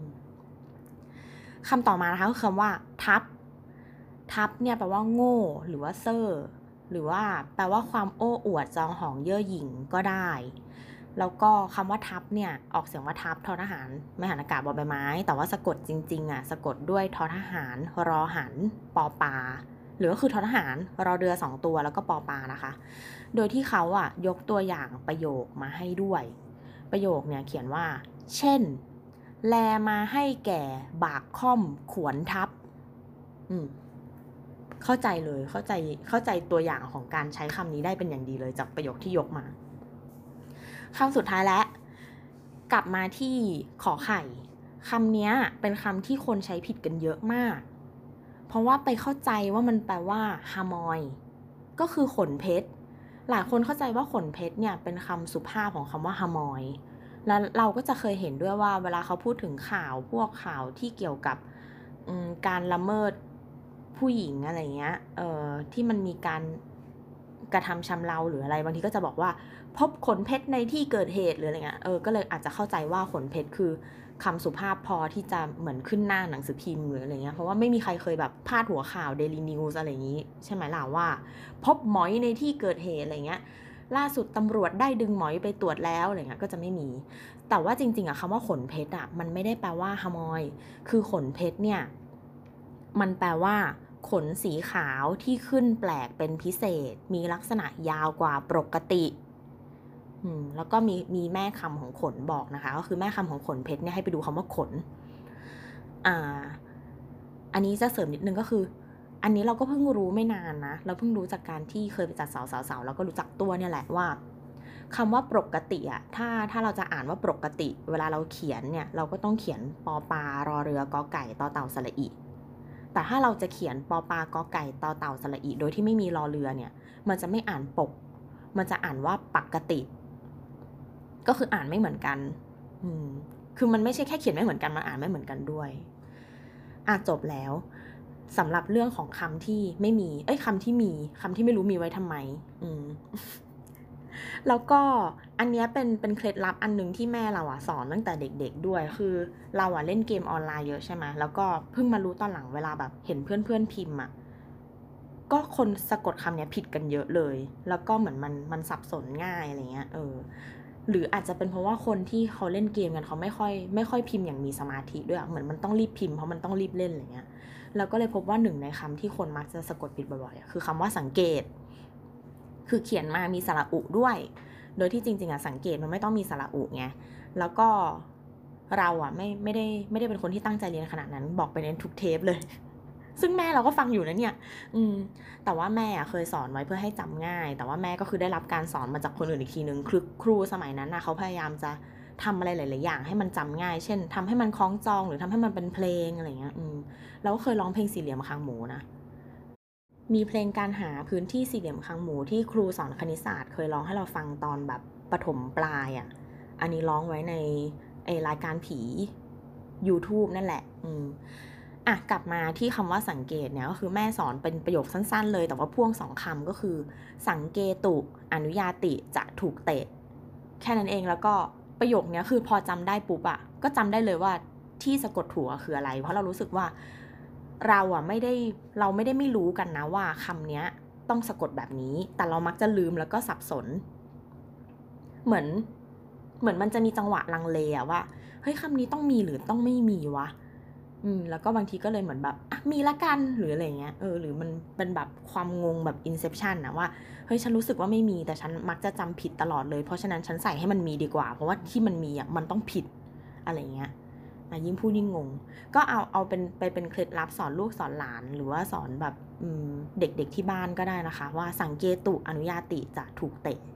คำต่อมานะคะคือคำว่าทับทับเนี่ยแปลว่าโง่หรือว่าเซ่อหรือว่าแปลว่าความโอ้อวดจองหองเย่อหยิ่งก็ได้แล้วก็คำว่าทับเนี่ยออกเสียงว่าทับทอทหารไม่หันอากาศบอใบไม้แต่ว่าสะกดจริงๆอ่ะสะกดด้วยทอทหารรอหันปอปาหรือก็คือทอทหารรอเรือสองตัวแล้วก็ปอปานะคะโดยที่เขาอ่ะยกตัวอย่างประโยคมาให้ด้วยประโยคเนี่ยเขียนว่าเช่นแลมาให้แก่บากค่อมขวนทับอืมเข้าใจเลยเข้าใจเข้าใจตัวอย่างของการใช้คำนี้ได้เป็นอย่างดีเลยจากประโยคที่ยกมาคำสุดท้ายแล้วกลับมาที่ขอไข่คำนี้เป็นคำที่คนใช้ผิดกันเยอะมากเพราะว่าไปเข้าใจว่ามันแปลว่าฮามอยก็คือขนเพชรหลายคนเข้าใจว่าขนเพชรเนี่ยเป็นคำสุภาพของคำว่าฮามอยแล้วเราก็จะเคยเห็นด้วยว่าเวลาเขาพูดถึงข่าวพวกข่าวที่เกี่ยวกับการละเมิดผู้หญิงอะไรเงี้ยเอ่อที่มันมีการกระทำชำเราหรืออะไรบางทีก็จะบอกว่าพบขนเพชรในที่เกิดเหตุหรืออะไรเงี้ยเออก็เลยอาจจะเข้าใจว่าขนเพชรคือคำสุภาพพอที่จะเหมือนขึ้นหน้าหนังสือพิมพ์หรืออะไรเงี้ยเพราะว่าไม่มีใครเคยแบบพาดหัวข่าว Daily News อะไรอย่างนี้ใช่ไหมล่ะว่าพบหมอยในที่เกิดเหตุอะไรเงี้ยล่าสุดตำรวจได้ดึงหมอยไปตรวจแล้วอะไรเงี้ยก็จะไม่มีแต่ว่าจริงๆอะคำว่าขนเพชรอะมันไม่ได้แปลว่าฮามอยคือขนเพชรเนี่ยมันแปลว่าขนสีขาวที่ขึ้นแปลกเป็นพิเศษมีลักษณะยาวกว่าปกติแล้วก็มีมีแม่คำของขนบอกนะคะก็คือแม่คำของขนเพชรเนี่ยให้ไปดูคำว่าขนอ่าอันนี้จะเสริมนิดนึงก็คืออันนี้เราก็เพิ่งรู้ไม่นานนะเราเพิ่งรู้จากการที่เคยไปจัดสาวๆๆแล้วก็รู้จักตัวเนี่ยแหละว่าคำว่าปกติอะถ้าถ้าเราจะอ่านว่าปกติเวลาเราเขียนเนี่ยเราก็ต้องเขียนปอปารอเรือกอไก่ต่อเต่าสระอิแต่ถ้าเราจะเขียนปอปากอไก่ต่อเต่าสระอิโดยที่ไม่มีรอเรือเนี่ยมันจะไม่อ่านปกมันจะอ่านว่าปกติก็คืออ่านไม่เหมือนกันอืมคือมันไม่ใช่แค่เขียนไม่เหมือนกันมันอ่านไม่เหมือนกันด้วยอ่ะจบแล้วสำหรับเรื่องของคำที่ไม่มีเอ้ยคำที่มีคำที่ไม่รู้มีไว้ทำไมอืมแล้วก็อันนี้เป็นเป็นเคล็ดลับอันนึงที่แม่เราอ่ะสอนตั้งแต่เด็กๆด้วยคือเราอ่ะเล่นเกมออนไลน์เยอะใช่ไหมแล้วก็เพิ่งมารู้ตอนหลังเวลาแบบเห็นเพื่อนๆพิมพ์อ่ะก็คนสะกดคำนี้ผิดกันเยอะเลยแล้วก็เหมือนมันมันสับสนง่ายอะไรเงี้ยเออหรืออาจจะเป็นเพราะว่าคนที่เขาเล่นเกมกันเขาไม่ค่อยไม่ค่อยพิมพ์อย่างมีสมาธิด้วยเหมือนมันต้องรีบพิมพ์เพราะมันต้องรีบเล่นอะไรเงี้ยแล้วก็เลยพบว่าหนึ่งในคำที่คนมักจะสะกดผิดบ่อยๆคือคำว่าสังเกตคือเขียนมามีสระอุด้วยโดยที่จริงๆอ่ะสังเกตมันไม่ต้องมีสระอุไงแล้วก็เราอ่ะไม่ไม่ได้ไม่ได้เป็นคนที่ตั้งใจเรียนขนาดนั้นบอกไปในทุกเทปเลยซึ่งแม่เราก็ฟังอยู่นะเนี่ยอืมแต่ว่าแม่เคยสอนไว้เพื่อให้จำง่ายแต่ว่าแม่ก็คือได้รับการสอนมาจากคนอื่นอีกทีนึงคือครูสมัยนั้นนะเขาพยายามจะทำอะไรหลายๆอย่างให้มันจำง่ายเช่นทำให้มันคล้องจองหรือทำให้มันเป็นเพลงอะไรเงี้ยอืมเราก็เคยร้องเพลงสี่เหลี่ยมคางหมูนะมีเพลงการหาพื้นที่สี่เหลี่ยมคางหมูที่ครูสอนคณิตศาสตร์เคยร้องให้เราฟังตอนแบบประถมปลายอ่ะอันนี้ร้องไว้ในไอรายการผี YouTube นั่นแหละอืมอ่ะกลับมาที่คำว่าสังเกตเนี่ยก็คือแม่สอนเป็นประโยคสั้นๆเลยแต่ว่าพ่วงสองคำก็คือสังเกตุอนุญาติจะถูกเตะแค่นั้นเองแล้วก็ประโยคนี้คือพอจำได้ปุ๊บอะก็จำได้เลยว่าที่สะกดถูกคืออะไรเพราะเรารู้สึกว่าเราอะไม่ได้เราไม่ได้ไม่รู้กันนะว่าคำนี้ต้องสะกดแบบนี้แต่เรามักจะลืมแล้วก็สับสนเหมือนเหมือนมันจะมีจังหวะลังเลอะว่าเฮ้ยคำนี้ต้องมีหรือต้องไม่มีวะอืมแล้วก็บางทีก็เลยเหมือนแบบอ่ะมีละกันหรืออะไรเงี้ยเออหรือมันเป็นแบบความงงแบบ inception นะว่าเฮ้ยฉันรู้สึกว่าไม่มีแต่ฉันมักจะจำผิดตลอดเลยเพราะฉะนั้นฉันใส่ให้มันมีดีกว่าเพราะว่าที่มันมีอ่ะมันต้องผิดอะไรเงี้ยอ่ะยิ่งพูดยิ่งงงก็เอาเอาเป็นไปเป็นเคล็ดลับสอนลูกสอนหลานหรือว่าสอนแบบอืมเด็กๆที่บ้านก็ได้นะคะว่าสังเกตุอนุญาติจะถูกเตะ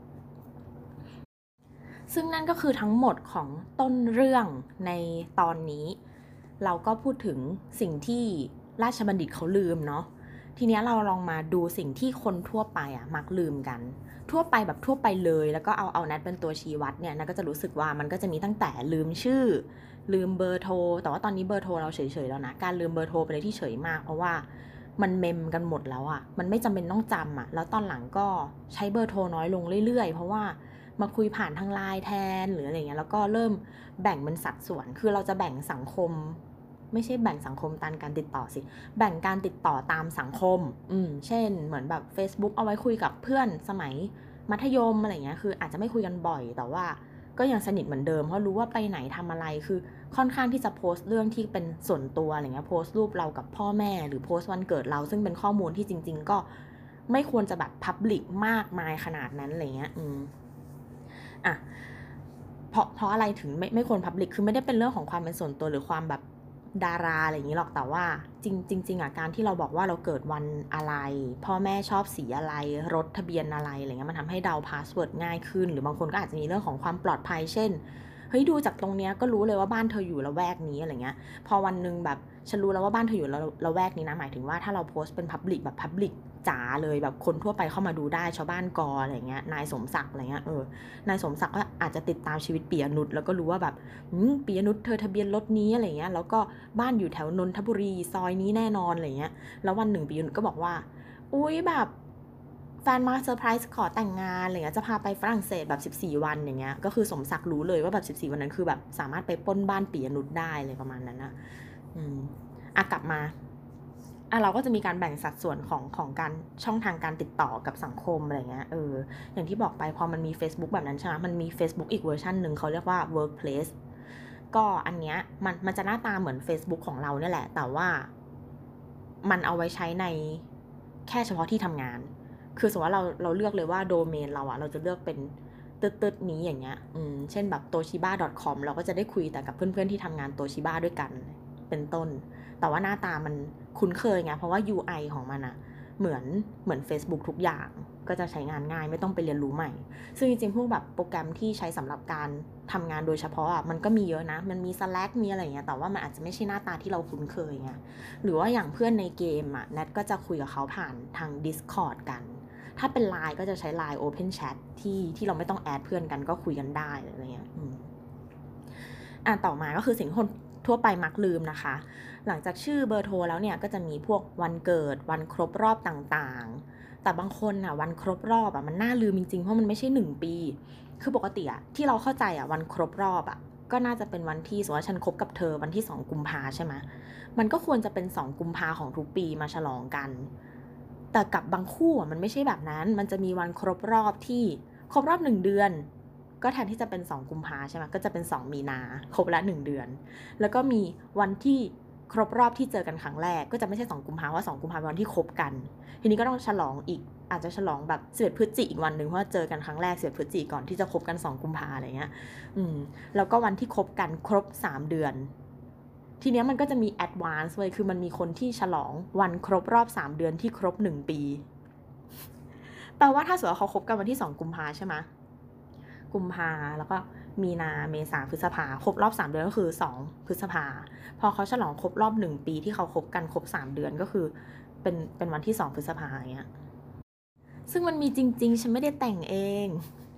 ซึ่งนั่นก็คือทั้งหมดของต้นเรื่องในตอนนี้เราก็พูดถึงสิ่งที่ราชบัณฑิตเขาลืมเนาะทีนี้เราลองมาดูสิ่งที่คนทั่วไปอ่ะมักลืมกันทั่วไปแบบทั่วไปเลยแล้วก็เอาเอานัดเป็นตัวชี้วัดเนี่ยนัดก็จะรู้สึกว่ามันก็จะมีตั้งแต่ลืมชื่อลืมเบอร์โทรแต่ว่าตอนนี้เบอร์โทรเราเฉยๆแล้วนะการลืมเบอร์โทรเป็นอะไรที่เฉยมากเพราะว่ามันเมมกันหมดแล้วอ่ะมันไม่จำเป็นต้องจำอ่ะแล้วตอนหลังก็ใช้เบอร์โทรน้อยลงเรื่อยๆเพราะว่ามาคุยผ่านทางไลน์แทนหรืออะไรเงี้ยแล้วก็เริ่มแบ่งเป็นสัดส่วนคือเราจะแบ่งสังคมไม่ใช่แบ่งสังคมตามการติดต่อสิแบ่งการติดต่อตามสังคมอืมเช่นเหมือนแบบ Facebook เอาไว้คุยกับเพื่อนสมัยมัธยมอะไรเงี้ยคืออาจจะไม่คุยกันบ่อยแต่ว่าก็ยังสนิทเหมือนเดิมเพราะรู้ว่าไปไหนทำอะไรคือค่อนข้างที่จะโพสต์เรื่องที่เป็นส่วนตัวอะไรเงี้ยโพสต์รูปเรากับพ่อแม่หรือโพสต์วันเกิดเราซึ่งเป็นข้อมูลที่จริงๆก็ไม่ควรจะแบบพับลิกมากมายขนาดนั้นอะไรเงี้ยอืมอ่ะเพราะเพราะอะไรถึงไม่ไม่ควรพับลิกคือไม่ได้เป็นเรื่องของความเป็นส่วนตัวหรือความแบบดาราอะไรอย่างนี้หรอกแต่ว่าจริงจริงๆอ่ะการที่เราบอกว่าเราเกิดวันอะไรพ่อแม่ชอบสีอะไรรถทะเบียนอะไรอะไรเงี้ยมันทำให้เดาพาสเวิร์ดง่ายขึ้นหรือบางคนก็อาจจะมีเรื่องของความปลอดภัยเช่นเฮ้ยดูจากตรงเนี้ยก็รู้เลยว่าบ้านเธออยู่ละแวกนี้อะไรเงี้ยพอวันนึงแบบฉันรู้แล้วว่าบ้านเธออยู่ละละแวกนี้นะหมายถึงว่าถ้าเราโพสต์เป็นพับลิกแบบพับลิกจ๋าเลยแบบคนทั่วไปเข้ามาดูได้ชาวบ้านกออะไรเงี้ยนายสมศักดิ์อะไรเงี้ยเออนายสมศักดิ์ก็อาจจะติดตามชีวิตปียนุชแล้วก็รู้ว่าแบบปียนุชเธอทะเบียนรถนี้อะไรเงี้ยแล้วก็บ้านอยู่แถวนนทบุรีซอยนี้แน่นอนอะไรเงี้ยแล้ววันหนึ่งปียนุชก็บอกว่าอุ้ยแบบแฟนมาเซอร์ไพรส์ขอแต่งงานอะไรเงี้ยจะพาไปฝรั่งเศสแบบสิบสี่วันอย่างเงี้ยก็คือสมศักดิ์รู้เลยว่าแบบสิบสี่วันนั้นคือแบบสามารถไปปล้นบ้านปียนุชได้เลยประมาณนั้นนะอืมอ่ะกลับมาอ่ะเราก็จะมีการแบ่งสัดส่วนของของการช่องทางการติดต่อกับสังคมอะไรเงี้ยเอออย่างที่บอกไปพอมันมี Facebook แบบนั้นใช่ไหมมันมี Facebook อีกเวอร์ชันหนึ่งเขาเรียกว่า Workplace ก็อันเนี้ยมันมันจะหน้าตาเหมือน Facebook ของเราเนี่ยแหละแต่ว่ามันเอาไว้ใช้ในแค่เฉพาะที่ทำงานคือสมมติว่าเราเราเลือกเลยว่าโดเมนเราอะเราจะเลือกเป็นตึ๊ดๆนี้อย่างเงี้ยอืมเช่นแบบ โตชิบะ ดอท คอม เราก็จะได้คุยแต่กับเพื่อนๆที่ทำงานโตชิบะด้วยกันเป็นต้นแต่ว่าหน้าตามันคุ้นเคยไงเพราะว่า ยู ไอ ของมันอะเหมือนเหมือน Facebook ทุกอย่างก็จะใช้งานง่ายไม่ต้องไปเรียนรู้ใหม่ซึ่งจริงๆพวกแบบโปรแกรมที่ใช้สำหรับการทำงานโดยเฉพาะอ่ะมันก็มีเยอะนะมันมี Slack มีอะไรอย่างเงี้ยแต่ว่ามันอาจจะไม่ใช่หน้าตาที่เราคุ้นเคยไงหรือว่าอย่างเพื่อนในเกมอ่ะแนทก็จะคุยกับเขาผ่านทาง Discord กันถ้าเป็น ไลน์ ก็จะใช้ ไลน์ Open Chat ที่ที่เราไม่ต้องแอดเพื่อนกันก็คุยกันได้อะไรเงี้ยอืมอ่ะต่อมาก็คือสิ่งที่คนทั่วไปมักลืมนะคะหลังจากชื่อเบอร์โทรแล้วเนี่ยก็จะมีพวกวันเกิดวันครบรอบต่างๆแต่บางคนอ่ะวันครบรอบอ่ะมันน่าลืมจริงๆเพราะมันไม่ใช่หนึ่งปีคือปกติอ่ะที่เราเข้าใจอ่ะวันครบรอบอ่ะก็น่าจะเป็นวันที่สมมติว่าฉันคบกับเธอวันที่สองกุมภาใช่ไหมมันก็ควรจะเป็นสองกุมภาของทุกปีมาฉลองกันแต่กับบางคู่อ่ะมันไม่ใช่แบบนั้นมันจะมีวันครบรอบที่ครบรอบหนึ่งเดือนก็แทนที่จะเป็นสองกุมภาใช่ไหมก็จะเป็นสองมีนาครบละหนึ่งเดือนแล้วก็มีวันที่ครบรอบที่เจอกันครั้งแรกก็จะไม่ใช่สองกุมภาว่าสองกุมภาเป็นวันที่คบกันทีนี้ก็ต้องฉลองอีกอาจจะฉลองแบบสิบเอ็ดพฤศจิกอีกวันนึงเพราะว่าเจอกันครั้งแรกสิบเอ็ดพฤศจิกก่อนที่จะคบกันสองกุมภาอะไรเงี้ยอืมแล้วก็วันที่คบกันครบสามเดือนทีนี้มันก็จะมีแอดวานซ์เลยคือมันมีคนที่ฉลองวันครบรอบสามเดือนที่ครบหนึ่งปีแปลว่าถ้าสมมติว่าเขาคบกันวันที่สองกุมภาใช่ไหมกุมภาแล้วก็มีนาเมษาพฤษภาครบรอบสามเดือนก็คือสองพฤษภาพอเขาฉลองครบรอบหนึ่งปีที่เขาคบกันครบสามเดือนก็คือเป็นเป็นวันที่สองพฤษภาอย่างเงี้ยซึ่งมันมีจริงๆฉันไม่ได้แต่งเอง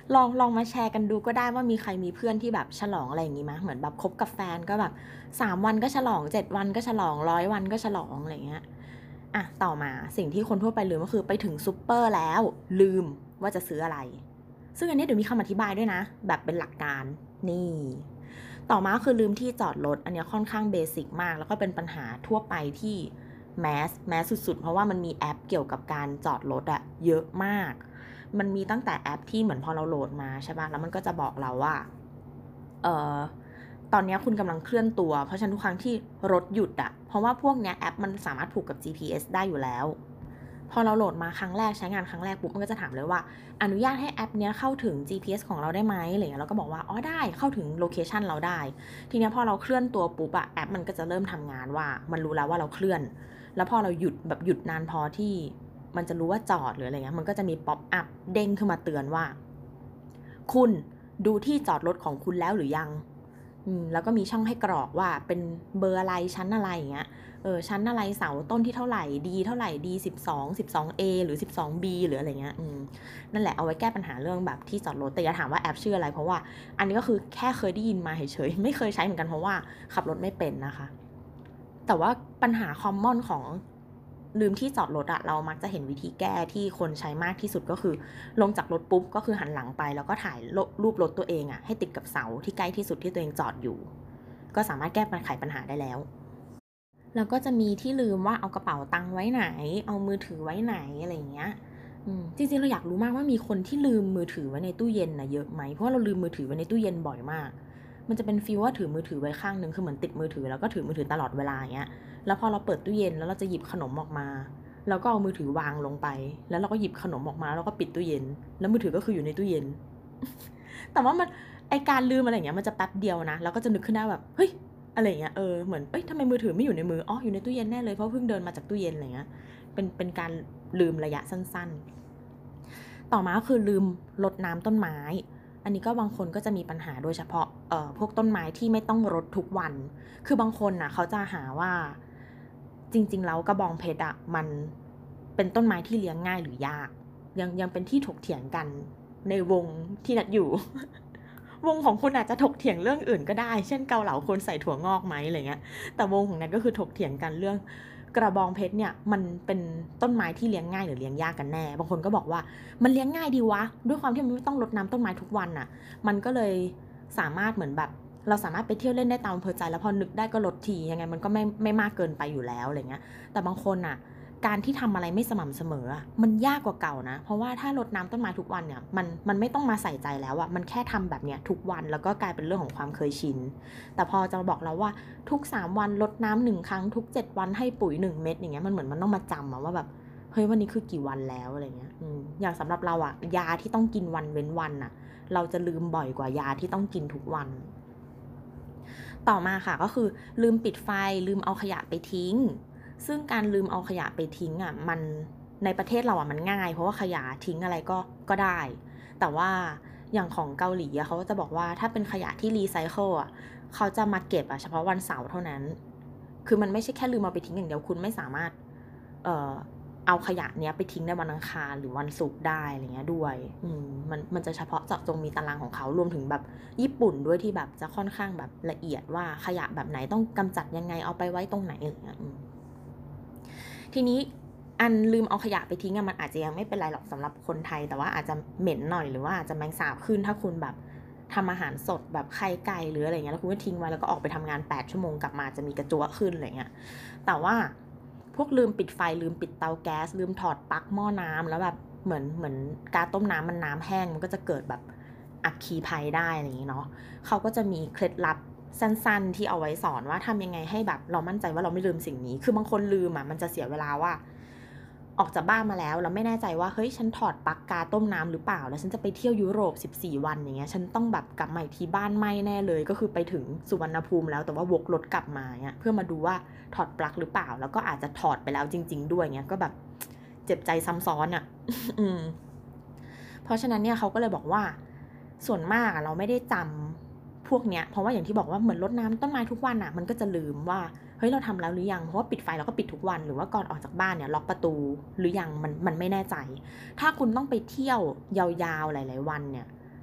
ลองลองมาแชร์กันดูก็ได้ว่ามีใครมีเพื่อนที่แบบฉลองอะไรอย่างงี้ไหมเหมือนแบบคบกับแฟนก็แบบสามวันก็ฉลองเจ็ดวันก็ฉลองร้อยวันก็ฉลองอะไรเงี้ยอ่ะต่อมาสิ่งที่คนทั่วไปลืมก็คือไปถึงซูเปอร์แล้วลืมว่าจะซื้ออะไรซึ่งอันนี้เดี๋ยวมีคำอธิบายด้วยนะแบบเป็นหลักการนี่ต่อมาคือลืมที่จอดรถอันนี้ค่อนข้างเบสิกมากแล้วก็เป็นปัญหาทั่วไปที่แมสแมสสุดๆเพราะว่ามันมีแอปเกี่ยวกับการจอดรถอะเยอะมากมันมีตั้งแต่แอปที่เหมือนพอเราโหลดมาใช่ป่ะแล้วมันก็จะบอกเราว่าเอ่อตอนนี้คุณกำลังเคลื่อนตัวเพราะฉะนั้นทุกครั้งที่รถหยุดอะเพราะว่าพวกเนี้ยแอปมันสามารถผูกกับ จี พี เอส ได้อยู่แล้วพอเราโหลดมาครั้งแรกใช้งานครั้งแรกปุ๊บมันก็จะถามเลยว่าอนุญาตให้แอปเนี้ยเข้าถึง จี พี เอส ของเราได้ไหมอะไรเงี้ยเราก็บอกว่าอ๋อได้เข้าถึงโลเคชันเราได้ทีเนี้ยพอเราเคลื่อนตัวปุ๊บอะแอปมันก็จะเริ่มทำงานว่ามันรู้แล้วว่าเราเคลื่อนแล้วพอเราหยุดแบบหยุดนานพอที่มันจะรู้ว่าจอดหรืออะไรเงี้ยมันก็จะมีป๊อปอัพเด้งขึ้นมาเตือนว่าคุณดูที่จอดรถของคุณแล้วหรือยังอืมแล้วก็มีช่องให้กรอกว่าเป็นเบอร์อะไรชั้นอะไรอย่างเงี้ยเออชั้นอะไรเสาต้นที่เท่าไหร่ D เท่าไหร่ D สิบสอง สิบสอง เอ หรือสิบสอง บี หรืออะไรเงี้ยอืมนั่นแหละเอาไว้แก้ปัญหาเรื่องแบบที่จอดรถแต่อย่าถามว่าแอปชื่ออะไรเพราะว่าอันนี้ก็คือแค่เคยได้ยินมาเฉยๆไม่เคยใช้เหมือนกันเพราะว่าขับรถไม่เป็นนะคะแต่ว่าปัญหาคอมมอนของลืมที่จอดรถอะเรามักจะเห็นวิธีแก้ที่คนใช้มากที่สุดก็คือลงจากรถปุ๊บก็คือหันหลังไปแล้วก็ถ่ายรูปรถตัวเองอะให้ติดกับเสาที่ใกล้ที่สุดที่ตัวเองจอดอยู่ก็สามารถแก้ปัญหาปัญหาได้แล้วแล้วก็จะมีที่ลืมว่าเอากระเป๋าตังค์ไว้ไหนเอามือถือไว้ไหนอะไรอย่างเงี้ยจริงๆเราอยากรู้มากว่ามีคนที่ลืมมือถือไว้ในตู้เย็นนะเยอะไหมเพราะว่าเราลืมมือถือไว้ในตู้เย็นบ่อยมากมันจะเป็นฟีลว่าถือมือถือไว้ข้างนึงคือเหมือนติดมือถือแล้วก็ถือมือถือตลอดเวลาอย่างเงี้ยแล้วพอเราเปิดตู้เย็นแล้วเราจะหยิบขนมออกมาเราก็เอามือถือวางลงไปแล้วเราก็หยิบขนมออกมาแล้วก็ปิดตู้เย็นแล้วมือถือก็คืออยู่ในตู้เย็น แต่ว่ามันไอการลืมอะไรอย่างเงี้ยมันจะแป๊บเดียวนะแล้วก็จะนึกขึ้นได้แบบเฮ้ยอะไรอย่างเงี้ยเออเหมือนเอ้ยทำไมมือถือไม่อยู่ในมืออ๋ออยู่ในตู้เย็นแน่เลยเพราะเพิ่งเดินมาจากตู้เย็นอะไรเงี้ยเป็นเป็นการลืมระยะสั้นๆต่อมาก็คือลืมรดน้ำต้นไม้อันนี้ก็บางคนก็จะมีปัญหาโดยเฉพาะเอ่อพวกต้นไม้ที่ไม่ต้องรดทุกวันคือบางคนน่ะเขาจะหาว่าจริงๆแล้วกระบองเพชรอ่ะมันเป็นต้นไม้ที่เลี้ยงง่ายหรือยากยังยังเป็นที่ถกเถียงกันในวงที่นัดอยู่ วงของคุณอาจจะถกเถียงเรื่องอื่นก็ได้เช่นเกาเหลาควรใส่ถั่วงอกไหมอะไรเงี้ยแต่วงของนัทก็คือถกเถียงกันเรื่องกระบองเพชรเนี่ยมันเป็นต้นไม้ที่เลี้ยงง่ายหรือเลี้ยงยากกันแน่บางคนก็บอกว่ามันเลี้ยงง่ายดีวะด้วยความที่มันไม่ต้องรดน้ำต้นไม้ทุกวันน่ะมันก็เลยสามารถเหมือนแบบเราสามารถไปเที่ยวเล่นได้ตามอำเภอใจแล้วพอนึกได้ก็ลดทียังไงมันก็ไม่ไม่มากเกินไปอยู่แล้วอะไรเงี้ยแต่บางคนน่ะการที่ทำอะไรไม่สม่ำเสมออ่ะมันยากกว่าเก่านะเพราะว่าถ้ารดน้ำต้นไม้ทุกวันเนี่ยมันมันไม่ต้องมาใส่ใจแล้วอ่ะมันแค่ทำแบบเนี้ยทุกวันแล้วก็กลายเป็นเรื่องของความเคยชินแต่พอจะมาบอกเราว่าทุกสามวันรดน้ำหนึ่งครั้งทุกเจ็ดวันให้ปุ๋ยหนึ่งเม็ดอย่างเงี้ยมันเหมือนมันต้องมาจำอะว่าแบบเฮ้ยวันนี้คือกี่วันแล้วอะไรเงี้ยอืมอย่างสำหรับเราอ่ะยาที่ต้องกินวันเว้นวันอ่ะเราจะลืมบ่อยกว่ายาที่ต้องกินทุกวันต่อมาค่ะก็คือลืมปิดไฟลืมเอาขยะไปทิ้งซึ่งการลืมเอาขยะไปทิ้งอ่ะมันในประเทศเราอ่ะมันง่ายเพราะว่าขยะทิ้งอะไรก็ก็ได้แต่ว่าอย่างของเกาหลีอ่ะเขาก็จะบอกว่าถ้าเป็นขยะที่รีไซเคิลอ่ะเขาจะมาเก็บอ่ะเฉพาะวันเสาร์เท่านั้นคือมันไม่ใช่แค่ลืมเอาไปทิ้งอย่างเดียวคุณไม่สามารถเอ่อเอาขยะเนี้ยไปทิ้งในวันอังคารหรือวันศุกร์ได้อะไรเงี้ยด้วยอืมมันมันจะเฉพาะเจาะจงมีตารางของเขารวมถึงแบบญี่ปุ่นด้วยที่แบบจะค่อนข้างแบบละเอียดว่าขยะแบบไหนต้องกำจัดยังไงเอาไปไว้ตรงไหนอะไรเงี้ยทีนี้อันลืมเอาขยะไปทิ้งอะมันอาจจะยังไม่เป็นไรหรอกสำหรับคนไทยแต่ว่าอาจจะเหม็นหน่อยหรือว่าอาจจะแมงสาบขึ้นถ้าคุณแบบทำอาหารสดแบบไข่ไก่หรืออะไรเงี้ยแล้วคุณก็ทิ้งไว้แล้วก็ออกไปทำงานแปดชั่วโมงกลับมาจะมีกระจั่วขึ้นอะไรเงี้ยแต่ว่าพวกลืมปิดไฟลืมปิดเตาแก๊สลืมถอดปลั๊กหม้อน้ำแล้วแบบเหมือนเหมือนกาต้มน้ำมันน้ำแห้งมันก็จะเกิดแบบอัคคีภัยได้อะไรอย่างงี้เนาะเขาก็จะมีเคล็ดลับสั้นๆที่เอาไว้สอนว่าทำยังไงให้แบบเรามั่นใจว่าเราไม่ลืมสิ่งนี้คือบางคนลืมอ่ะมันจะเสียเวลาว่าออกจากบ้านมาแล้วเราไม่แน่ใจว่าเฮ้ยฉันถอดปลั๊กกาต้มน้ำหรือเปล่าแล้วฉันจะไปเที่ยวยุโรปสิบสี่วันอย่างเงี้ยฉันต้องแบบกลับมาอีกทีบ้านไหม้แน่เลยก็คือไปถึงสุวรรณภูมิแล้วแต่ว่าวกรถกลับมาเงี้ยเพื่อมาดูว่าถอดปลั๊กหรือเปล่าแล้วก็อาจจะถอดไปแล้วจริงๆด้วยเงี้ยก็แบบเจ็บใจซ้ำซ้อนอ่ะ อืมเพราะฉะนั้นเนี่ยเขาก็เลยบอกว่าส่วนมากเราไม่ได้จำพวกเนี้ยเพราะว่าอย่างที่บอกว่าเหมือนรดน้ำต้นไม้ทุกวันอ่ะมันก็จะลืมว่าเฮ้ยเราทำแล้วหรือยังเพราะว่าปิดไฟเราก็ปิดทุกวันหรือว่าก่อนออกจากบ้านเนี่ยล็อกประตูหรือยังมันมันไม่แน่ใจถ้าคุณต้องไปเที่ยวยาวๆหลายๆวันเนี่ย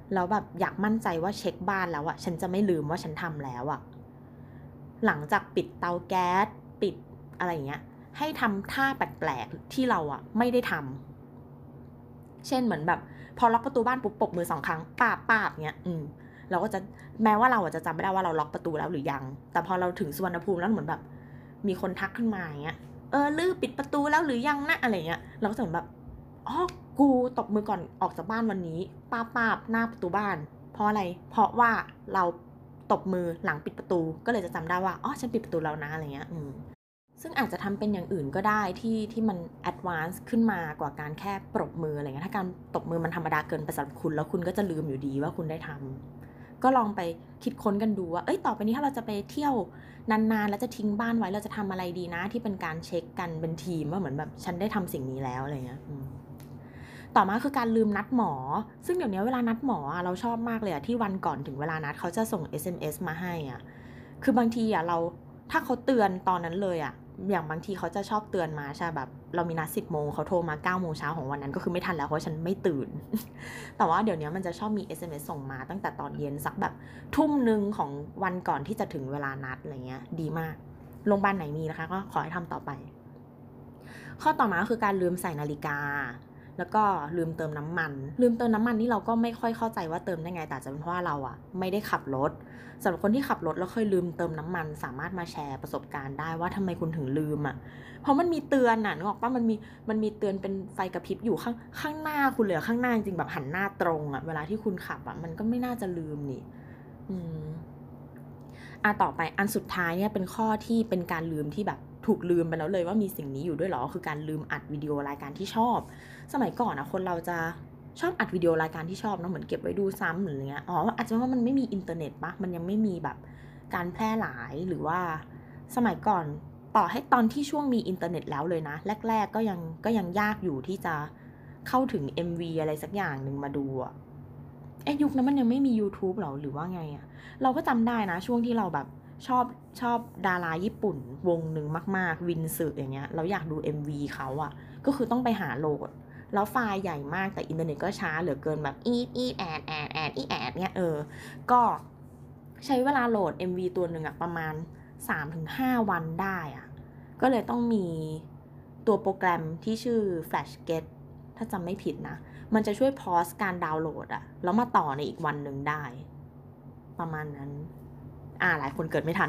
แล้วแบบอยากมั่นใจว่าเช็คบ้านแล้วอะฉันจะไม่ลืมว่าฉันทำแล้วอะหลังจากปิดเตาแก๊สปิดอะไรอย่างเงี้ยให้ทำท่าแปลกๆที่เราอะไม่ได้ทำเช่นเหมือนแบบพอล็อกประตูบ้านปุ๊บปรบมือสองครั้งป้าบป้าบเงี้ยอืมเราก็จะแม้ว่าเราจะจำไม่ได้ว่าเราล็อกประตูแล้วหรือยังแต่พอเราถึงสุวรรณภูมิแล้วเหมือนแบบมีคนทักขึ้นมาอย่างเงี้ยเออลือปิดประตูแล้วหรือยังนะอะไรเงี้ยเราก็จะเหมือนแบบอ๋อกูตบมือก่อนออกจากบ้านวันนี้ป้าบป้าบหน้าประตูบ้านเพราะอะไรเพราะว่าเราตบมือหลังปิดประตูก็เลยจะจำได้ว่าอ๋อฉันปิดประตูแล้วนะอะไรเงี้ยอืมซึ่งอาจจะทำเป็นอย่างอื่นก็ได้ที่ที่มันแอดวานซ์ขึ้นมากว่าการแค่ปรบมืออะไรเงี้ยถ้าการตบมือมันธรรมดาเกินไปสำหรับคุณแล้วคุณก็จะลืมอยู่ดีว่าคุณได้ทำก็ลองไปคิดค้นกันดูว่าเอ้ยต่อไปนี้ถ้าเราจะไปเที่ยวนานๆแล้วจะทิ้งบ้านไว้เราจะทำอะไรดีนะที่เป็นการเช็คกันเป็นทีมว่าเหมือนแบบฉันได้ทำสิ่งนี้แล้วอะไรเงี้ยต่อมาคือการลืมนัดหมอซึ่งเดี๋ยวนี้เวลานัดหมอเราชอบมากเลยอะที่วันก่อนถึงเวลานัดเขาจะส่ง เอส เอ็ม เอส มาให้อะคือบางทีอะเราถ้าเขาเตือนตอนนั้นเลยอะอย่างบางทีเขาจะชอบเตือนมาใช่แบบเรามีนัดสิบโมงเขาโทรมาเก้าโมงเช้าของวันนั้นก็คือไม่ทันแล้วเพราะฉันไม่ตื่น แต่ว่าเดี๋ยวนี้มันจะชอบมี เอส เอ็ม เอส ส่งมาตั้งแต่ตอนเย็นสักแบบทุ่มหนึ่งของวันก่อนที่จะถึงเวลานัดอะไรเงี้ยดีมากโรงพยาบาลไหนมีนะคะก็ขอให้ทำต่อไปข้อต่อมาคือการลืมใส่นาฬิกาแล้วก็ลืมเติมน้ำมันลืมเติมน้ำมันนี่เราก็ไม่ค่อยเข้าใจว่าเติมได้ไงแต่จะเป็นเพราะว่าเราอะไม่ได้ขับรถสำหรับคนที่ขับรถแล้วเคยลืมเติมน้ำมันสามารถมาแชร์ประสบการณ์ได้ว่าทำไมคุณถึงลืมอะเพราะมันมีเตือนน่ะนึกออกป่ะมันมีมันมีเตือนเป็นไฟกระพริบอยู่ข้างข้างหน้าคุณเลยข้างหน้าจริงแบบหันหน้าตรงอะเวลาที่คุณขับอะมันก็ไม่น่าจะลืมนี่อืมอ่ะต่อไปอันสุดท้ายเนี่ยเป็นข้อที่เป็นการลืมที่แบบถูกลืมไปแล้วเลยว่ามีสิ่งนี้อยู่ด้วยหรอคือการลืมอัดวิดีโอรายการที่ชอบสมัยก่อนอะคนเราจะชอบอัดวิดีโอรายการที่ชอบเนาะเหมือนเก็บไว้ดูซ้ำหรืออะไรเงี้ยอ๋ออาจจะว่ามันไม่มีอินเทอร์เน็ตปะมันยังไม่มีแบบการแพร่หลายหรือว่าสมัยก่อนต่อให้ตอนที่ช่วงมีอินเทอร์เน็ตแล้วเลยนะแรกๆก็ยังก็ยังยากอยู่ที่จะเข้าถึง เอ็ม วี อะไรสักอย่างหนึ่งมาดูอะเอ๊ะยุคนั้นมันยังไม่มี YouTube หรอหรือว่าไงอะเราก็จำได้นะช่วงที่เราแบบชอบชอบดาราญี่ปุ่นวงหนึ่งมากๆวินสึอย่างเงี้ยเราอยากดู เอ็ม วี เขาอะก็คือต้องไปหาโหลดแล้วไฟล์ใหญ่มากแต่อินเทอร์เน็ตก็ช้าเหลือเกินแบบอีดอีดแอดแอดแอดอีแอดเนี่ยเออก็ใช้เวลาโหลด เอ็ม วี ตัวหนึ่งอะประมาณ สามถึงห้า วันได้อะก็เลยต้องมีตัวโปรแกรมที่ชื่อ FlashGet ถ้าจำไม่ผิดนะมันจะช่วยพอสการดาวน์โหลดอะแล้วมาต่อในอีกวันหนึ่งได้ประมาณนั้นอ่าหลายคนเกิดไม่ทัน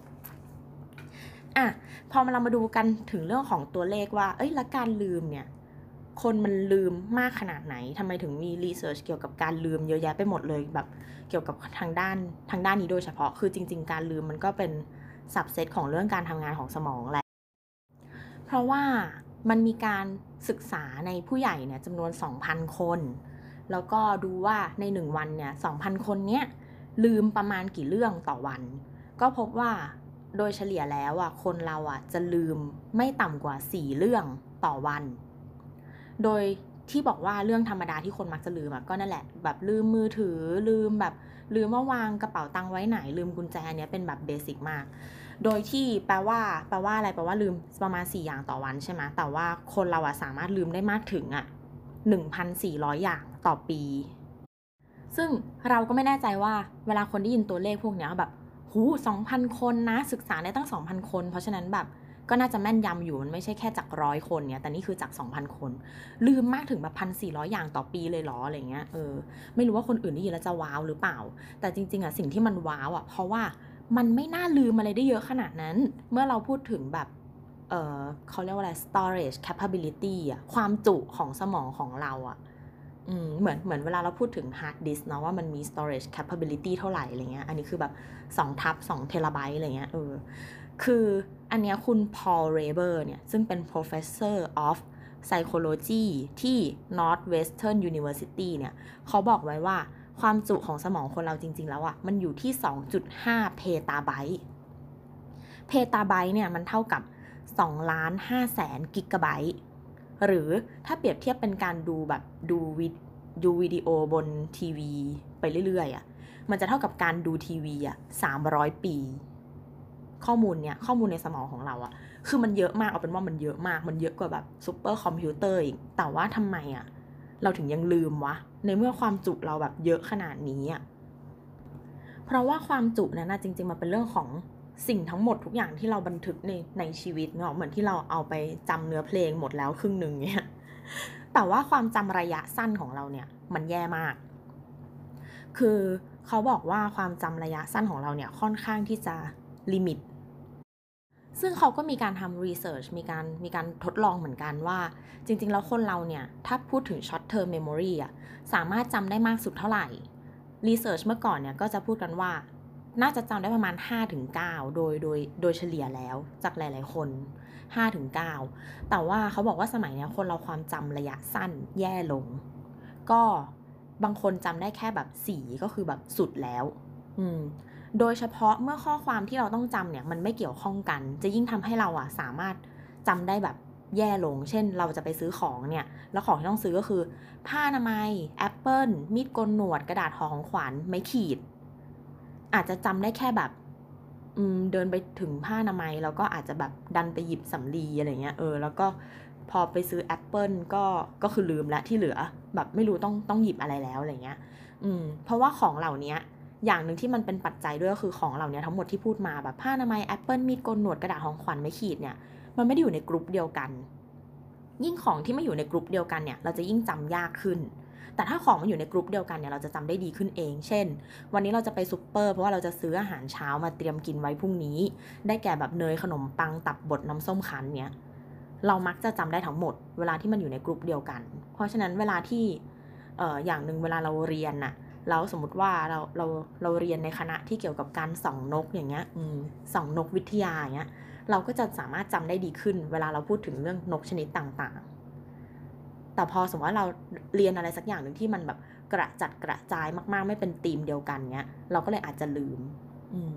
อ่ะพอมาเรามาดูกันถึงเรื่องของตัวเลขว่าเอ้ยแล้วการลืมเนี่ยคนมันลืมมากขนาดไหนทำไมถึงมีรีเสิร์ชเกี่ยวกับการลืมเยอะแยะไปหมดเลยแบบเกี่ยวกับทางด้านทางด้านนี้โดยเฉพาะคือจริงๆการลืมมันก็เป็นสับเซตของเรื่องการทำงานของสมองแหละเพราะว่ามันมีการศึกษาในผู้ใหญ่เนี่ยจำนวน สองพัน คนแล้วก็ดูว่าในหนึ่งวันเนี่ย สองพัน คนเนี้ยลืมประมาณกี่เรื่องต่อวันก็พบว่าโดยเฉลี่ยแล้วอ่ะคนเราอ่ะจะลืมไม่ต่ำกว่าสี่เรื่องต่อวันโดยที่บอกว่าเรื่องธรรมดาที่คนมักจะลืมอ่ะก็นั่นแหละแบบลืมมือถือลืมแบบลืมว่าวางกระเป๋าตังค์ไว้ไหนลืมกุญแจเนี้ยเป็นแบบเบสิกมากโดยที่แปลว่าแปลว่าอะไรแปลว่าลืมประมาณสี่อย่างต่อวันใช่ไหมแต่ว่าคนเราอ่ะสามารถลืมได้มากถึงอ่ะ หนึ่งพันสี่ร้อย อย่างต่อปีซึ่งเราก็ไม่แน่ใจว่าเวลาคนได้ยินตัวเลขพวกเนี้ยแบบหู สองพัน คนนะศึกษาได้ตั้ง สองพัน คนเพราะฉะนั้นแบบก็น่าจะแม่นยำอยู่มันไม่ใช่แค่จากร้อยคนเนี่ยแต่นี่คือจาก สองพัน คนลืมมากถึงแบบ หนึ่งพันสี่ร้อย อย่างต่อปีเลยเหรออะไรเงี้ยเออไม่รู้ว่าคนอื่นได้ยินแล้วจะว้าวหรือเปล่าแต่จริงๆอ่ะสิ่งที่มันว้าวอ่ะเพราะว่ามันไม่น่าลืมอะไรได้เยอะขนาดนั้นเมื่อเราพูดถึงแบบเออเขาเรียกว่าอะไร storage capability อ่ะความจุของสมองของเราอ่ะอืมเหมือนเหมือนเวลาเราพูดถึง hard disk เนาะว่ามันมี storage capability เท่าไหร่อะไรเงี้ยอันนี้คือแบบสองทับสองเทราไบต์อะไรเงี้ยเออคืออันเนี้ยคุณ Paul Reber เนี่ยซึ่งเป็น professor of psychology ที่ Northwestern University เนี่ยเขาบอกไว้ว่าความจุของสมองคนเราจริงๆแล้วอ่ะมันอยู่ที่ สองจุดห้า เพตาไบต์เพตาไบต์เนี่ยมันเท่ากับสองล้านห้าแสนกิกะไบต์หรือถ้าเปรียบเทียบเป็นการดูแบบดูวิดดูวิดีโอบนทีวีไปเรื่อยๆอ่ะมันจะเท่ากับการดูทีวีอ่ะสามร้อยปีข้อมูลเนี่ยข้อมูลในสมองของเราอ่ะคือมันเยอะมากเอาเป็นว่ามันเยอะมากมันเยอะกว่าแบบซุปเปอร์คอมพิวเตอร์อีกแต่ว่าทำไมอ่ะเราถึงยังลืมวะในเมื่อความจุเราแบบเยอะขนาดนี้อ่ะเพราะว่าความจุนั้นนะจริงๆมันเป็นเรื่องของสิ่งทั้งหมดทุกอย่างที่เราบันทึกในในชีวิตเนาะเหมือนที่เราเอาไปจำเนื้อเพลงหมดแล้วครึ่งหนึ่งเนี่ยแต่ว่าความจำระยะสั้นของเราเนี่ยมันแย่มากคือเขาบอกว่าความจำระยะสั้นของเราเนี่ยค่อนข้างที่จะลิมิตซึ่งเขาก็มีการทำรีเสิร์ชมีการมีการทดลองเหมือนกันว่าจริงๆแล้วคนเราเนี่ยถ้าพูดถึง short term memory อ่ะสามารถจำได้มากสุดเท่าไหร่รีเสิร์ชเมื่อก่อนเนี่ยก็จะพูดกันว่าน่าจะจำได้ประมาณ ห้าถึงเก้า โดยโดยโดยเฉลี่ยแล้วจากหลายๆคน ห้าถึงเก้า แต่ว่าเขาบอกว่าสมัยนี้คนเราความจำระยะสั้นแย่ลงก็บางคนจำได้แค่แบบสี่ก็คือแบบสุดแล้วอืมโดยเฉพาะเมื่อข้อความที่เราต้องจำเนี่ยมันไม่เกี่ยวข้องกันจะยิ่งทำให้เราอะสามารถจำได้แบบแย่ลงเช่นเราจะไปซื้อของเนี่ยแล้วของที่ต้องซื้อก็คือผ้าอนามัยแอปเปิลมีดโกนหนวดกระดาษห่อของขวัญไม้ขีดอาจจะจำได้แค่แบบอืมเดินไปถึงผ้าอนามัยแล้วก็อาจจะแบบดันไปหยิบสำลีอะไรเงี้ยเออแล้วก็พอไปซื้อแอปเปิลก็ก็คือลืมแล้วที่เหลือแบบไม่รู้ต้องต้องหยิบอะไรแล้วอะไรเงี้ยอืมเพราะว่าของเหล่านี้อย่างหนึ่งที่มันเป็นปัจจัยด้วยก็คือของเหล่านี้ทั้งหมดที่พูดมาแบบผ้าอนามัยแอปเปิลมีดโกนหนวดกระดาษของขวัญไม้ขีดเนี่ยมันไม่ได้อยู่ในกลุ่มเดียวกันยิ่งของที่ไม่อยู่ในกลุ่มเดียวกันเนี่ยเราจะยิ่งจำยากขึ้นแต่ถ้าของมันอยู่ในกลุ่มเดียวกันเนี่ยเราจะจำได้ดีขึ้นเองเช่นวันนี้เราจะไปซุปเปอร์เพราะว่าเราจะซื้ออาหารเช้ามาเตรียมกินไว้พรุ่งนี้ได้แก่แบบเนยขนมปังตับบดน้ำส้มคั้นเนี่ยเรามักจะจำได้ทั้งหมดเวลาที่มันอยู่ในกลุ่มเดียวกันเพราะฉะนั้นเวลาที่เอ่ออย่างหนึ่งเวลาเราเรียนน่ะแล้วสมมติว่าเราเราเราเรียนในคณะที่เกี่ยวกับการส่องนกอย่างเงี้ยอืมส่องนกวิทยาอย่างเงี้ยเราก็จะสามารถจำได้ดีขึ้นเวลาเราพูดถึงเรื่องนกชนิดต่างๆแต่พอสมมติว่าเราเรียนอะไรสักอย่างหนึ่งที่มันแบบกระจัดกระจายมากๆไม่เป็นธีมเดียวกันเงี้ยเราก็เลยอาจจะลืมอืม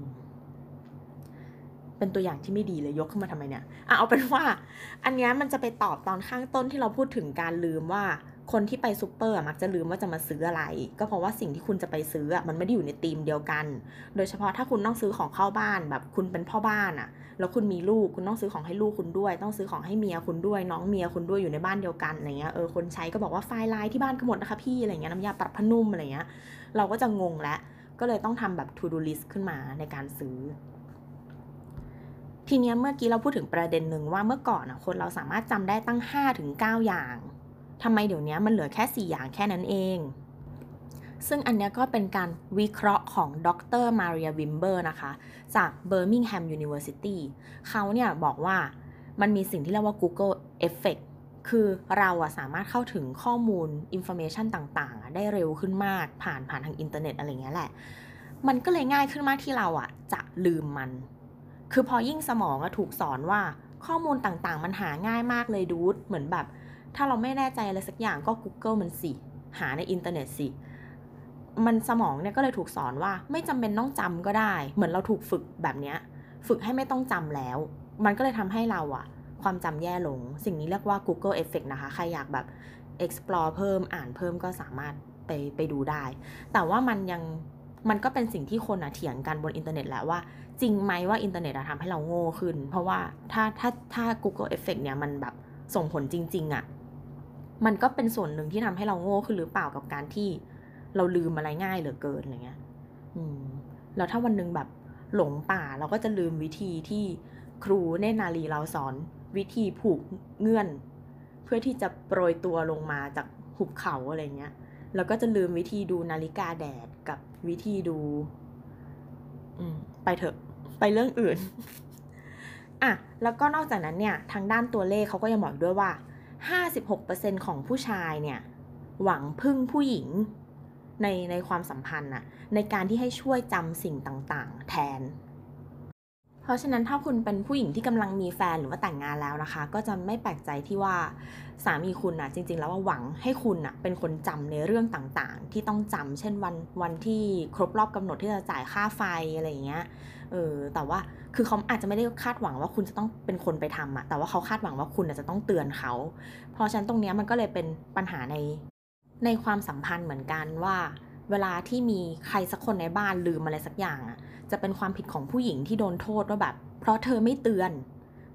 เป็นตัวอย่างที่ไม่ดีเลยยกขึ้นมาทำไมเนี่ยอ่ะเอาเป็นว่าอันนี้มันจะไปตอบตอนข้างต้นที่เราพูดถึงการลืมว่าคนที่ไปซูเปอร์มักจะลืมว่าจะมาซื้ออะไรก็เพราะว่าสิ่งที่คุณจะไปซื้อมันไม่ได้อยู่ในธีมเดียวกันโดยเฉพาะถ้าคุณต้องซื้อของเข้าบ้านแบบคุณเป็นพ่อบ้านอะแล้วคุณมีลูกคุณต้องซื้อของให้ลูกคุณด้วยต้องซื้อของให้เมียคุณด้วยน้องเมียคุณด้วยอยู่ในบ้านเดียวกันอะไรเงี้ยเออคนใช้ก็บอกว่าไฟล์ไลน์ที่บ้านก็หมดนะคะพี่อะไรเงี้ยน้ำยาปรับผ้านุ่มอะไรเงี้ยเราก็จะงงแล้วก็เลยต้องทำแบบ to do list ขึ้นมาในการซื้อทีนี้เมื่อกี้เราพูดถึงประเด็นหนึ่งว่าเมื่อก่อนคนเราสามารถจำได้ตั้ง ห้าถึงเก้า อย่างทำไมเดี๋ยวนี้มันเหลือแค่สี่อย่างแค่นั้นเองซึ่งอันนี้ก็เป็นการวิเคราะห์ของดรมาเรียวิมเบอร์นะคะจาก Birmingham University เขาเนี่ยบอกว่ามันมีสิ่งที่เรียกว่า Google Effect คือเราอะสามารถเข้าถึงข้อมูล information ต่างๆได้เร็วขึ้นมากผ่านผ่านทางอินเทอร์เน็ตอะไรเงี้ยแหละมันก็เลยง่ายขึ้นมากที่เราอะจะลืมมันคือพอยิ่งสมองถูกสอนว่าข้อมูลต่างๆมันหาง่ายมากเลยดูดเหมือนแบบถ้าเราไม่แน่ใจอะไรสักอย่างก็ Google มันสิหาในอินเทอร์เน็ตสิมันสมองเนี่ยก็เลยถูกสอนว่าไม่จำเป็นต้องจำก็ได้เหมือนเราถูกฝึกแบบเนี้ยฝึกให้ไม่ต้องจำแล้วมันก็เลยทำให้เราอะความจำแย่ลงสิ่งนี้เรียกว่า Google Effect นะคะใครอยากแบบ explore เพิ่มอ่านเพิ่มก็สามารถไปไปดูได้แต่ว่ามันยังมันก็เป็นสิ่งที่คนอะเถียงกันบนอินเทอร์เน็ตแหละว่าจริงไหมว่าอินเทอร์เน็ตทำให้เราโง่ขึ้นเพราะว่าถ้าถ้าถ้า Google Effect เนี่ยมันแบบส่งผลจริงๆอะมันก็เป็นส่วนหนึ่งที่ทำให้เราโง่ขึ้นหรือเปล่ากับการที่เราลืมอะไรง่ายเหลือเกินอะไรเงี้ยอืมแล้วถ้าวันนึงแบบหลงป่าเราก็จะลืมวิธีที่ครูเนตรนารีเราสอนวิธีผูกเงื่อนเพื่อที่จะโปรยตัวลงมาจากหุบเขาอะไรเงี้ยแล้วก็จะลืมวิธีดูนาฬิกาแดดกับวิธีดูอืมไปเถอะไปเรื่องอื่น อ่ะแล้วก็นอกจากนั้นเนี่ยทางด้านตัวเลขเขาก็ยังบอกด้วยว่า ห้าสิบหกเปอร์เซ็นต์ ของผู้ชายเนี่ยหวังพึ่งผู้หญิงในในความสัมพันธ์น่ะในการที่ให้ช่วยจำสิ่งต่างๆแทนเพราะฉะนั้นถ้าคุณเป็นผู้หญิงที่กำลังมีแฟนหรือว่าแต่งงานแล้วนะคะก็จะไม่แปลกใจที่ว่าสามีคุณน่ะจริงๆแล้วว่าหวังให้คุณน่ะเป็นคนจำในเรื่องต่างๆที่ต้องจำเช่นวันวันที่ครบรอบกำหนดที่จะจ่ายค่าไฟอะไรอย่างเงี้ยเออแต่ว่าคือเขาอาจจะไม่ได้คาดหวังว่าคุณจะต้องเป็นคนไปทำอะแต่ว่าเขาคาดหวังว่าคุณจะต้องเตือนเขาเพราะฉะนั้นตรงนี้มันก็เลยเป็นปัญหาในในความสัมพันธ์เหมือนกันว่าเวลาที่มีใครสักคนในบ้านลืมอะไรสักอย่างอะจะเป็นความผิดของผู้หญิงที่โดนโทษว่าแบบเพราะเธอไม่เตือน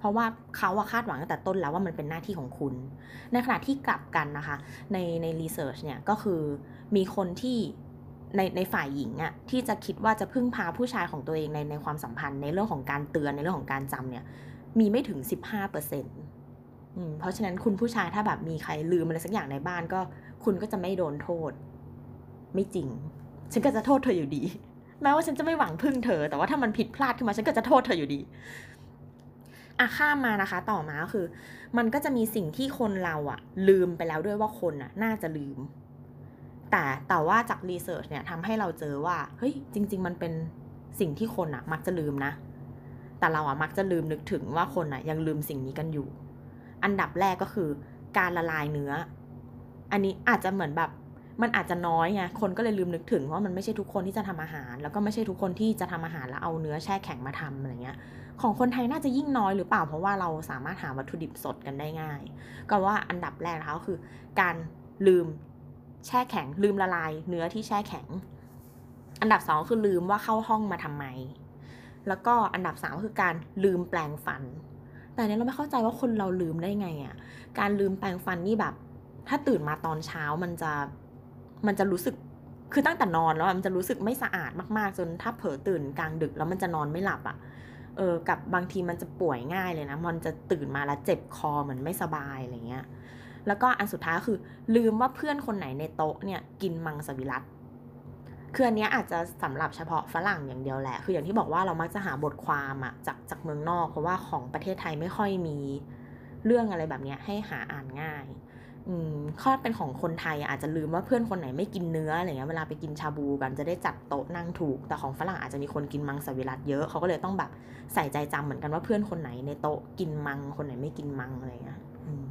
เพราะว่าเขาอะคาดหวังตั้งแต่ต้นแล้วว่ามันเป็นหน้าที่ของคุณในขณะที่กลับกันนะคะในในรีเสิร์ชเนี่ยก็คือมีคนที่ในในฝ่ายหญิงอะที่จะคิดว่าจะพึ่งพาผู้ชายของตัวเองในในความสัมพันธ์ในเรื่องของการเตือนในเรื่องของการจำเนี่ยมีไม่ถึง สิบห้าเปอร์เซ็นต์ อืมเพราะฉะนั้นคุณผู้ชายถ้าแบบมีใครลืมอะไรสักอย่างในบ้านก็คุณก็จะไม่โดนโทษไม่จริงฉันก็จะโทษเธออยู่ดีแม้ว่าฉันจะไม่หวังพึ่งเธอแต่ว่าถ้ามันผิดพลาดขึ้นมาฉันก็จะโทษเธออยู่ดีอ่ะข้ามมานะคะต่อมาก็คือมันก็จะมีสิ่งที่คนเราอะลืมไปแล้วด้วยว่าคนอะน่าจะลืมแต่แต่ว่าจากรีเสิร์ชเนี่ยทำให้เราเจอว่าเฮ้ยจริงๆมันเป็นสิ่งที่คนอะมักจะลืมนะแต่เราอะมักจะลืมนึกถึงว่าคนอะยังลืมสิ่งนี้กันอยู่อันดับแรกก็คือการละลายเนื้ออันนี้อาจจะเหมือนแบบมันอาจจะน้อยไงคนก็เลยลืมนึกถึงว่ามันไม่ใช่ทุกคนที่จะทำอาหารแล้วก็ไม่ใช่ทุกคนที่จะทำอาหารแล้วเอาเนื้อแช่แข็งมาทำอะไรเงี้ยของคนไทยน่าจะยิ่งน้อยหรือเปล่าเพราะว่าเราสามารถหาวัตถุดิบสดกันได้ง่ายก็ว่าอันดับแรกนะคะก็คือการลืมแช่แข็งลืมละลายเนื้อที่แช่แข็งอันดับสองคือลืมว่าเข้าห้องมาทำไมแล้วก็อันดับสามก็คือการลืมแปรงฟันแต่เนี้ยเราไม่เข้าใจว่าคนเราลืมได้ไงอ่ะการลืมแปรงฟันนี่แบบถ้าตื่นมาตอนเช้ามันจะมันจะรู้สึกคือตั้งแต่นอนแล้วมันจะรู้สึกไม่สะอาดมากๆจนถ้าเผลอตื่นกลางดึกแล้วมันจะนอนไม่หลับอ่ะเออกับบางทีมันจะป่วยง่ายเลยนะมันจะตื่นมาแล้วเจ็บคอเหมือนไม่สบายอะไรเงี้ยแล้วก็อันสุดท้ายคือลืมว่าเพื่อนคนไหนในโต๊ะเนี่ยกินมังสวิรัติคืออันนี้อาจจะสำหรับเฉพาะฝรั่งอย่างเดียวแหละคืออย่างที่บอกว่าเรามักจะหาบทความอะจากจากเมืองนอกเพราะว่าของประเทศไทยไม่ค่อยมีเรื่องอะไรแบบนี้ให้หาอ่านง่ายอืมข้อเป็นของคนไทยอาจจะลืมว่าเพื่อนคนไหนไม่กินเนื้ออะไรเงี้ยเวลาไปกินชาบูกันจะได้จัดโต๊ะนั่งถูกแต่ของฝรั่งอาจจะมีคนกินมังสวิรัติเยอะเขาก็เลยต้องแบบใส่ใจจำเหมือนกันว่าเพื่อนคนไหนในโต๊ะกินมังคนไหนไม่กินมังอะไรเงี้ย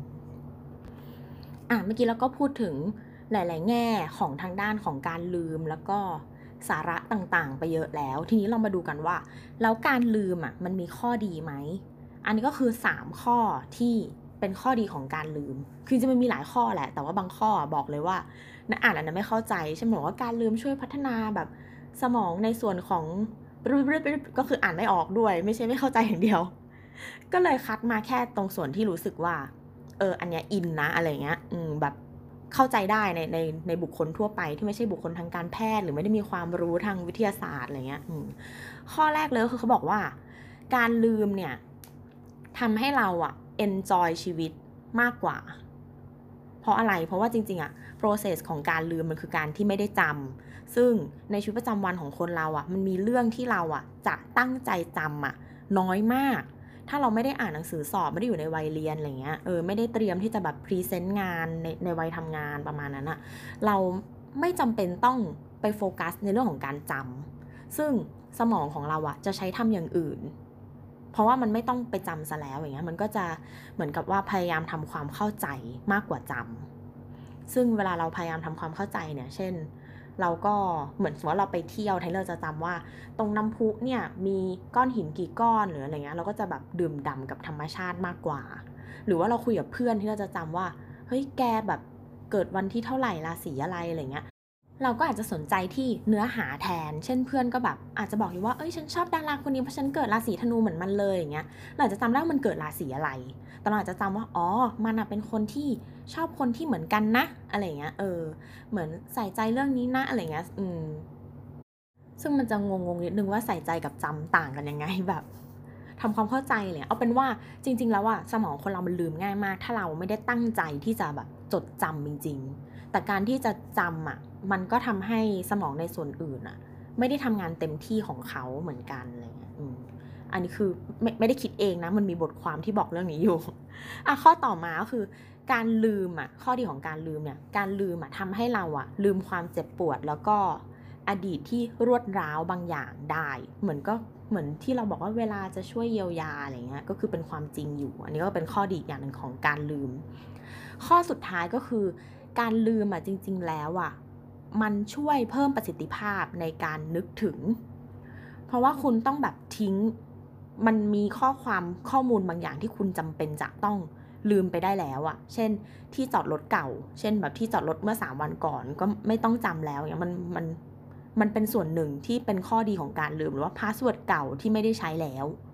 อ่ะเมื่อกี้เราก็พูดถึงหลายๆแง่ของทางด้านของการลืมแล้วก็สาระต่างๆไปเยอะแล้วทีนี้เรามาดูกันว่าแล้วการลืมอ่ะมันมีข้อดีไหมอันนี้ก็คือสามข้อที่เป็นข้อดีของการลืมคือจะมันมีหลายข้อแหละแต่ว่าบางข้อบอกเลยว่านะอ่านอันนั้นไม่เข้าใจใช่ไหมบอกว่าการลืมช่วยพัฒนาแบบสมองในส่วนของก็คืออ่านไม่ออกด้วยไม่ใช่ไม่เข้าใจอย่างเดียวก็เลยคัดมาแค่ตรงส่วนที่รู้สึกว่าเอออันเนี้ยอินนะอะไรเงี้ยอืมแบบเข้าใจได้ในในในบุคคลทั่วไปที่ไม่ใช่บุคคลทางการแพทย์หรือไม่ได้มีความรู้ทางวิทยาศาสตร์อะไรเงี้ยข้อแรกเลยคือเขาบอกว่าการลืมเนี่ยทำให้เราอะ enjoy ชีวิตมากกว่าเพราะอะไรเพราะว่าจริงๆอะ process ของการลืมมันคือการที่ไม่ได้จำซึ่งในชีวิตประจำวันของคนเราอะมันมีเรื่องที่เราอะจะตั้งใจจำอะน้อยมากถ้าเราไม่ได้อ่านหนังสือสอบไม่ได้อยู่ในวัยเรียนอะไรเงี้ยเออไม่ได้เตรียมที่จะแบบพรีเซนต์งานในในวัยทำงานประมาณนั้นอะเราไม่จำเป็นต้องไปโฟกัสในเรื่องของการจำซึ่งสมองของเราอะจะใช้ทำอย่างอื่นเพราะว่ามันไม่ต้องไปจำซะแล้วอย่างเงี้ยมันก็จะเหมือนกับว่าพยายามทำความเข้าใจมากกว่าจำซึ่งเวลาเราพยายามทำความเข้าใจเนี่ยเช่นเราก็เหมือนสมมติว่าเราไปเที่ยวไทยเราจะจำว่าตรงน้ำพุเนี่ยมีก้อนหินกี่ก้อนหรืออะไรเงี้ยเราก็จะแบบดื่มด่ำกับธรรมชาติมากกว่าหรือว่าเราคุยกับเพื่อนที่เราจะจำว่าเฮ้ยแกแบบเกิดวันที่เท่าไหร่ราศีอะไรอะไรเงี้ยเราก็อาจจะสนใจที่เนื้อหาแทนเช่นเพื่อนก็แบบอาจจะบอกอยู่ว่าเอ้ยฉันชอบดาราคนนี้เพราะฉันเกิดราศีธนูเหมือนมันเลยอย่างเงี้ยเราจะจำได้ว่ามันเกิดราศีอะไรแต่เราอาจจะจำว่าอ๋อมันเป็นคนที่ชอบคนที่เหมือนกันนะอะไรเงี้ยเออเหมือนใส่ใจเรื่องนี้นะอะไรเงี้ยอืมซึ่งมันจะงงๆนิดนึงว่าใส่ใจกับจำต่างกันยังไงแบบทำความเข้าใจเลยเอาเป็นว่าจริงๆแล้วอะสมองคนเรามันลืมง่ายมากถ้าเราไม่ได้ตั้งใจที่จะแบบจดจำจริงๆแต่การที่จะจำอะมันก็ทำให้สมองในส่วนอื่นอะไม่ได้ทำงานเต็มที่ของเขาเหมือนกันอะไรเงี้ยอันนี้คือไม่ไม่ได้คิดเองนะมันมีบทความที่บอกเรื่องนี้อยู่อ่ะข้อต่อมาก็คือการลืมอ่ะข้อดีของการลืมเนี่ยการลืมอ่ะทำให้เราอ่ะลืมความเจ็บปวดแล้วก็อดีตที่รวดร้าวบางอย่างได้เหมือนก็เหมือนที่เราบอกว่าเวลาจะช่วยเยียวยาอะไรเงี้ยก็คือเป็นความจริงอยู่อันนี้ก็เป็นข้อดีอย่างหนึ่งของการลืมข้อสุดท้ายก็คือการลืมอ่ะจริงๆแล้วอ่ะมันช่วยเพิ่มประสิทธิภาพในการนึกถึงเพราะว่าคุณต้องแบบทิ้งมันมีข้อความข้อมูลบางอย่างที่คุณจำเป็นจะต้องลืมไปได้แล้วอะเช่นที่จอดรถเก่าเช่นแบบที่จอดรถเมื่อสามวันก่อนก็ไม่ต้องจำแล้วเนี่ยมันมันมันเป็นส่วนหนึ่งที่เป็นข้อดีของการลืมหรือว่าพาสเวิร์ดเก่าที่ไม่ได้ใช้แล้ว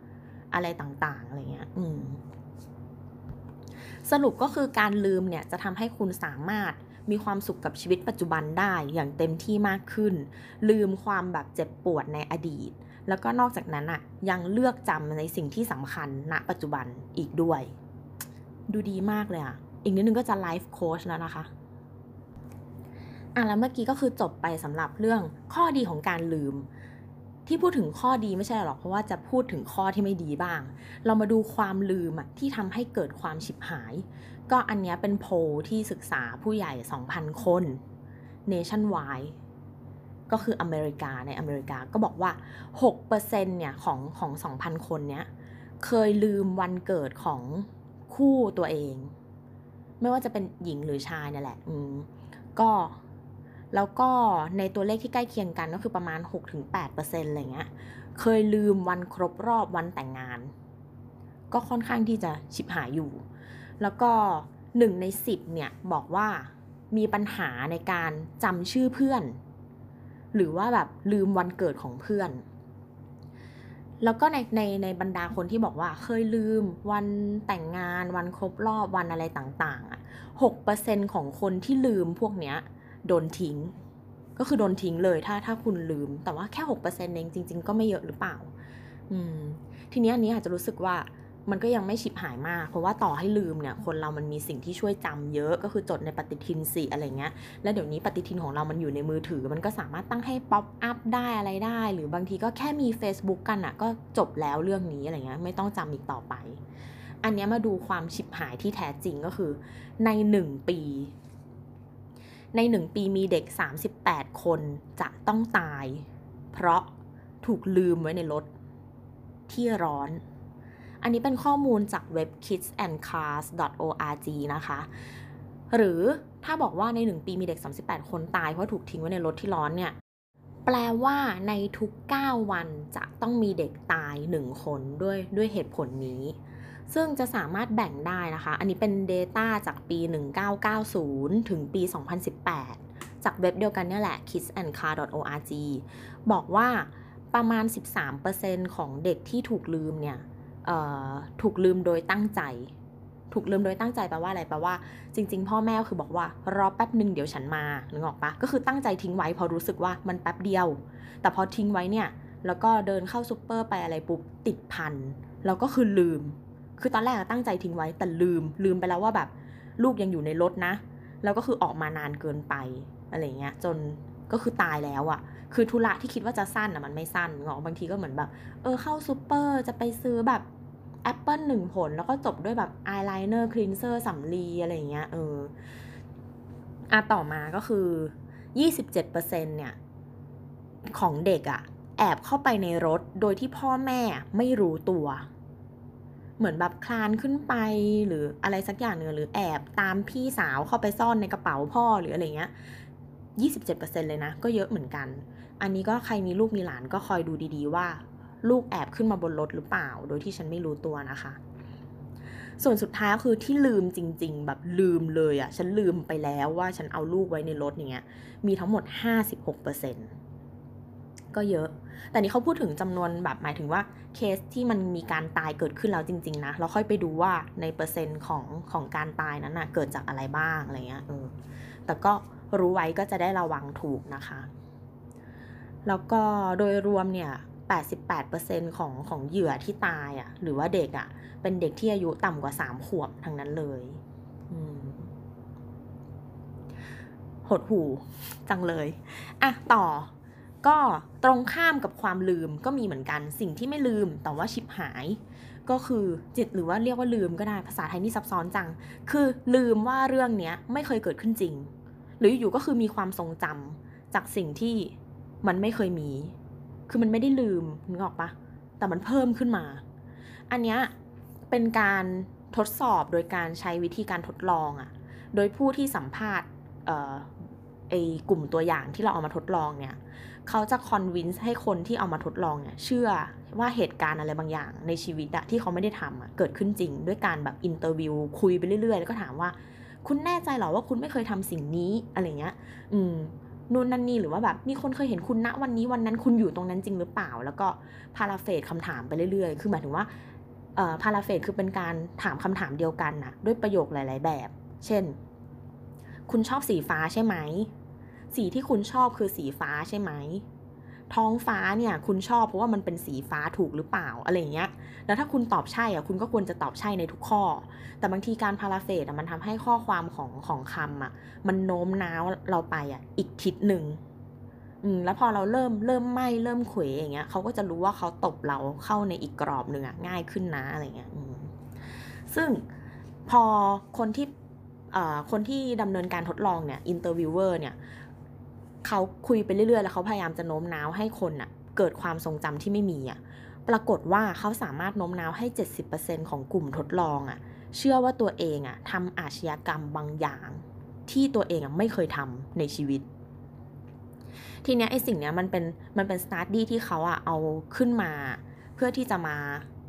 อะไรต่างๆอะไรเงี้ยอืมสรุปก็คือการลืมเนี่ยจะทำให้คุณสามารถมีความสุขกับชีวิตปัจจุบันได้อย่างเต็มที่มากขึ้นลืมความแบบเจ็บปวดในอดีตแล้วก็นอกจากนั้นอ่ะยังเลือกจำในสิ่งที่สำคัญณปัจจุบันอีกด้วยดูดีมากเลยอ่ะอีกนิดนึงก็จะไลฟ์โค้ชแล้วนะคะอ่ะแล้วเมื่อกี้ก็คือจบไปสำหรับเรื่องข้อดีของการลืมที่พูดถึงข้อดีไม่ใช่หรอกเพราะว่าจะพูดถึงข้อที่ไม่ดีบ้างเรามาดูความลืมอ่ะที่ทำให้เกิดความฉิบหายก็อันนี้เป็นโพลที่ศึกษาผู้ใหญ่ สองพัน คน nationwide ก็คืออเมริกาในอเมริกาก็บอกว่า หกเปอร์เซ็นต์ เนี่ยของของ สองพัน คนเนี้ยเคยลืมวันเกิดของคู่ตัวเองไม่ว่าจะเป็นหญิงหรือชายเนี่ยแหละอืมก็แล้วก็ในตัวเลขที่ใกล้เคียงกันก็คือประมาณ หกถึงแปดเปอร์เซ็นต์ อะไรเงี้ยเคยลืมวันครบรอบวันแต่งงานก็ค่อนข้างที่จะฉิบหายอยู่แล้วก็หนึ่งในสิบเนี่ยบอกว่ามีปัญหาในการจำชื่อเพื่อนหรือว่าแบบลืมวันเกิดของเพื่อนแล้วก็ในในในบรรดาคนที่บอกว่าเคยลืมวันแต่งงานวันครบรอบวันอะไรต่างๆอ่ะ หกเปอร์เซ็นต์ ของคนที่ลืมพวกเนี้ยโดนทิ้งก็คือโดนทิ้งเลยถ้าถ้าคุณลืมแต่ว่าแค่ หกเปอร์เซ็นต์ เองจริงๆก็ไม่เยอะหรือเปล่าอืมทีนี้อันนี้อาจจะรู้สึกว่ามันก็ยังไม่ฉิบหายมากเพราะว่าต่อให้ลืมเนี่ยคนเรามันมีสิ่งที่ช่วยจำเยอะก็คือจดในปฏิทินสิอะไรเงี้ยแล้วเดี๋ยวนี้ปฏิทินของเรามันอยู่ในมือถือมันก็สามารถตั้งให้ป๊อปอัพได้อะไรได้หรือบางทีก็แค่มี Facebook กันอ่ะก็จบแล้วเรื่องนี้อะไรเงี้ยไม่ต้องจำอีกต่อไปอันนี้มาดูความฉิบหายที่แท้จริงก็คือในหนึ่งปีในหนึ่งปีมีเด็กสามสิบแปดคนจะต้องตายเพราะถูกลืมไว้ในรถที่ร้อนอันนี้เป็นข้อมูลจากเว็บ คิดส์ แอนด์ คาร์ส ดอท โอ อาร์ จี นะคะหรือถ้าบอกว่าในหนึ่งปีมีเด็กสามสิบแปดคนตายเพราะถูกทิ้งไว้ในรถที่ร้อนเนี่ยแปลว่าในทุกเก้าวันจะต้องมีเด็กตายหนึ่งคนด้วยด้วยเหตุผลนี้ซึ่งจะสามารถแบ่งได้นะคะอันนี้เป็น data จากปีหนึ่งพันเก้าร้อยเก้าสิบถึงปีสองพันสิบแปดจากเว็บเดียวกันเนี่ยแหละ คิดส์ แอนด์ คาร์ ดอท โอ อาร์ จี บอกว่าประมาณ สิบสามเปอร์เซ็นต์ ของเด็กที่ถูกลืมเนี่ยถูกลืมโดยตั้งใจถูกลืมโดยตั้งใจแปลว่าอะไรแปลว่าจริงๆพ่อแม่คือบอกว่ารอแป๊บนึงเดี๋ยวฉันมานึกออกปะก็คือตั้งใจทิ้งไว้พอรู้สึกว่ามันแป๊บเดียวแต่พอทิ้งไว้เนี่ยแล้วก็เดินเข้าซุปเปอร์ไปอะไรปุ๊บติดพันแล้วก็คือลืมคือตอนแรกตั้งใจทิ้งไว้แต่ลืมลืมไปแล้วว่าแบบลูกยังอยู่ในรถนะแล้วก็คือออกมานานเกินไปอะไรเงี้ยจนก็คือตายแล้วอ่ะคือธุระที่คิดว่าจะสั้นอ่ะมันไม่สั้นงอบางทีก็เหมือนแบบเออเข้าซุปเปอร์จะไปซื้อแบบแอปเปิ้ลหนึ่งผลแล้วก็จบด้วยแบบอายไลเนอร์คลีนเซอร์สำลีอะไรเงี้ยเอออ่ะต่อมาก็คือ ยี่สิบเจ็ดเปอร์เซ็นต์ เนี่ยของเด็กอ่ะแอบเข้าไปในรถโดยที่พ่อแม่ไม่รู้ตัวเหมือนแบบคลานขึ้นไปหรืออะไรสักอย่างนึงหรือแอบตามพี่สาวเข้าไปซ่อนในกระเป๋าพ่อหรืออะไรเงี้ย ยี่สิบเจ็ดเปอร์เซ็นต์ เลยนะก็เยอะเหมือนกันอันนี้ก็ใครมีลูกมีหลานก็คอยดูดีๆว่าลูกแอบขึ้นมาบนรถหรือเปล่าโดยที่ฉันไม่รู้ตัวนะคะส่วนสุดท้ายก็คือที่ลืมจริงๆแบบลืมเลยอ่ะฉันลืมไปแล้วว่าฉันเอาลูกไว้ในรถอย่างเงี้ยมีทั้งหมด ห้าสิบหกเปอร์เซ็นต์ ก็เยอะแต่นี่เขาพูดถึงจำนวนแบบหมายถึงว่าเคสที่มันมีการตายเกิดขึ้นแล้วจริงๆนะเราค่อยไปดูว่าในเปอร์เซ็นต์ของของการตายนั้นน่ะเกิดจากอะไรบ้างอะไรเงี้ยเออแต่ก็รู้ไว้ก็จะได้ระวังถูกนะคะแล้วก็โดยรวมเนี่ย แปดสิบแปดเปอร์เซ็นต์ ของของเหยื่อที่ตายอ่ะหรือว่าเด็กอ่ะเป็นเด็กที่อายุต่ำกว่าสามขวบทั้งนั้นเลยอืมหดหูจังเลยอ่ะต่อก็ตรงข้ามกับความลืมก็มีเหมือนกันสิ่งที่ไม่ลืมแต่ว่าชิบหายก็คือจิตหรือว่าเรียกว่าลืมก็ได้ภาษาไทยนี่ซับซ้อนจังคือลืมว่าเรื่องนี้ไม่เคยเกิดขึ้นจริงหรืออยู่ก็คือมีความทรงจำจากสิ่งที่มันไม่เคยมีคือมันไม่ได้ลืมนึกออกปะแต่มันเพิ่มขึ้นมาอันเนี้ยเป็นการทดสอบโดยการใช้วิธีการทดลองอะโดยผู้ที่สัมภาษณ์เอ่อไอ้กลุ่มตัวอย่างที่เราเอามาทดลองเนี่ยเขาจะคอนวินส์ให้คนที่เอามาทดลองเนี่ยเชื่อว่าเหตุการณ์อะไรบางอย่างในชีวิตอะที่เขาไม่ได้ทำอะเกิดขึ้นจริงด้วยการแบบอินเตอร์วิวคุยไปเรื่อยๆแล้วก็ถามว่าคุณแน่ใจเหรอว่าคุณไม่เคยทำสิ่งนี้อะไรเงี้ยอืมนู่นนั่นนี่หรือว่าแบบมีคนเคยเห็นคุณณวันนี้วันนั้นคุณอยู่ตรงนั้นจริงหรือเปล่าแล้วก็พาราเฟรซคำถามไปเรื่อยๆคือหมายถึงว่าเอ่อ paraphrase คือเป็นการถามคำถามเดียวกันน่ะด้วยประโยคหลายๆแบบเช่นคุณชอบสีฟ้าใช่ไหมสีที่คุณชอบคือสีฟ้าใช่ไหมท้องฟ้าเนี่ยคุณชอบเพราะว่ามันเป็นสีฟ้าถูกหรือเปล่าอะไรอย่างเงี้ยแล้วถ้าคุณตอบใช่อ่ะคุณก็ควรจะตอบใช่ในทุกข้อแต่บางทีการพาราเฟรสอ่ะมันทำให้ข้อความของของคำอ่ะมันโน้มน้าวเราไปอ่ะอีกทิศหนึ่งอืมแล้วพอเราเริ่มเริ่มไม่เริ่มเขวอย่างเงี้ยเขาก็จะรู้ว่าเขาตบเราเข้าในอีกกรอบหนึ่งอ่ะง่ายขึ้นนะอะไรเงี้ยอืมซึ่งพอคนที่เอ่อคนที่ดำเนินการทดลองเนี่ยอินเตอร์วิวเวอร์เนี่ยเขาคุยไปเรื่อยๆแล้วเขาพยายามจะโน้มน้าวให้คนอ่ะเกิดความทรงจำที่ไม่มีอ่ะปรากฏว่าเขาสามารถโน้มน้าวให้ เจ็ดสิบเปอร์เซ็นต์ ของกลุ่มทดลองอ่ะเชื่อว่าตัวเองอ่ะทำอาชญากรรมบางอย่างที่ตัวเองอ่ะไม่เคยทำในชีวิตทีเนี้ยไอ้สิ่งเนี้ยมันเป็นมันเป็น study ที่เขาอ่ะเอาขึ้นมาเพื่อที่จะมา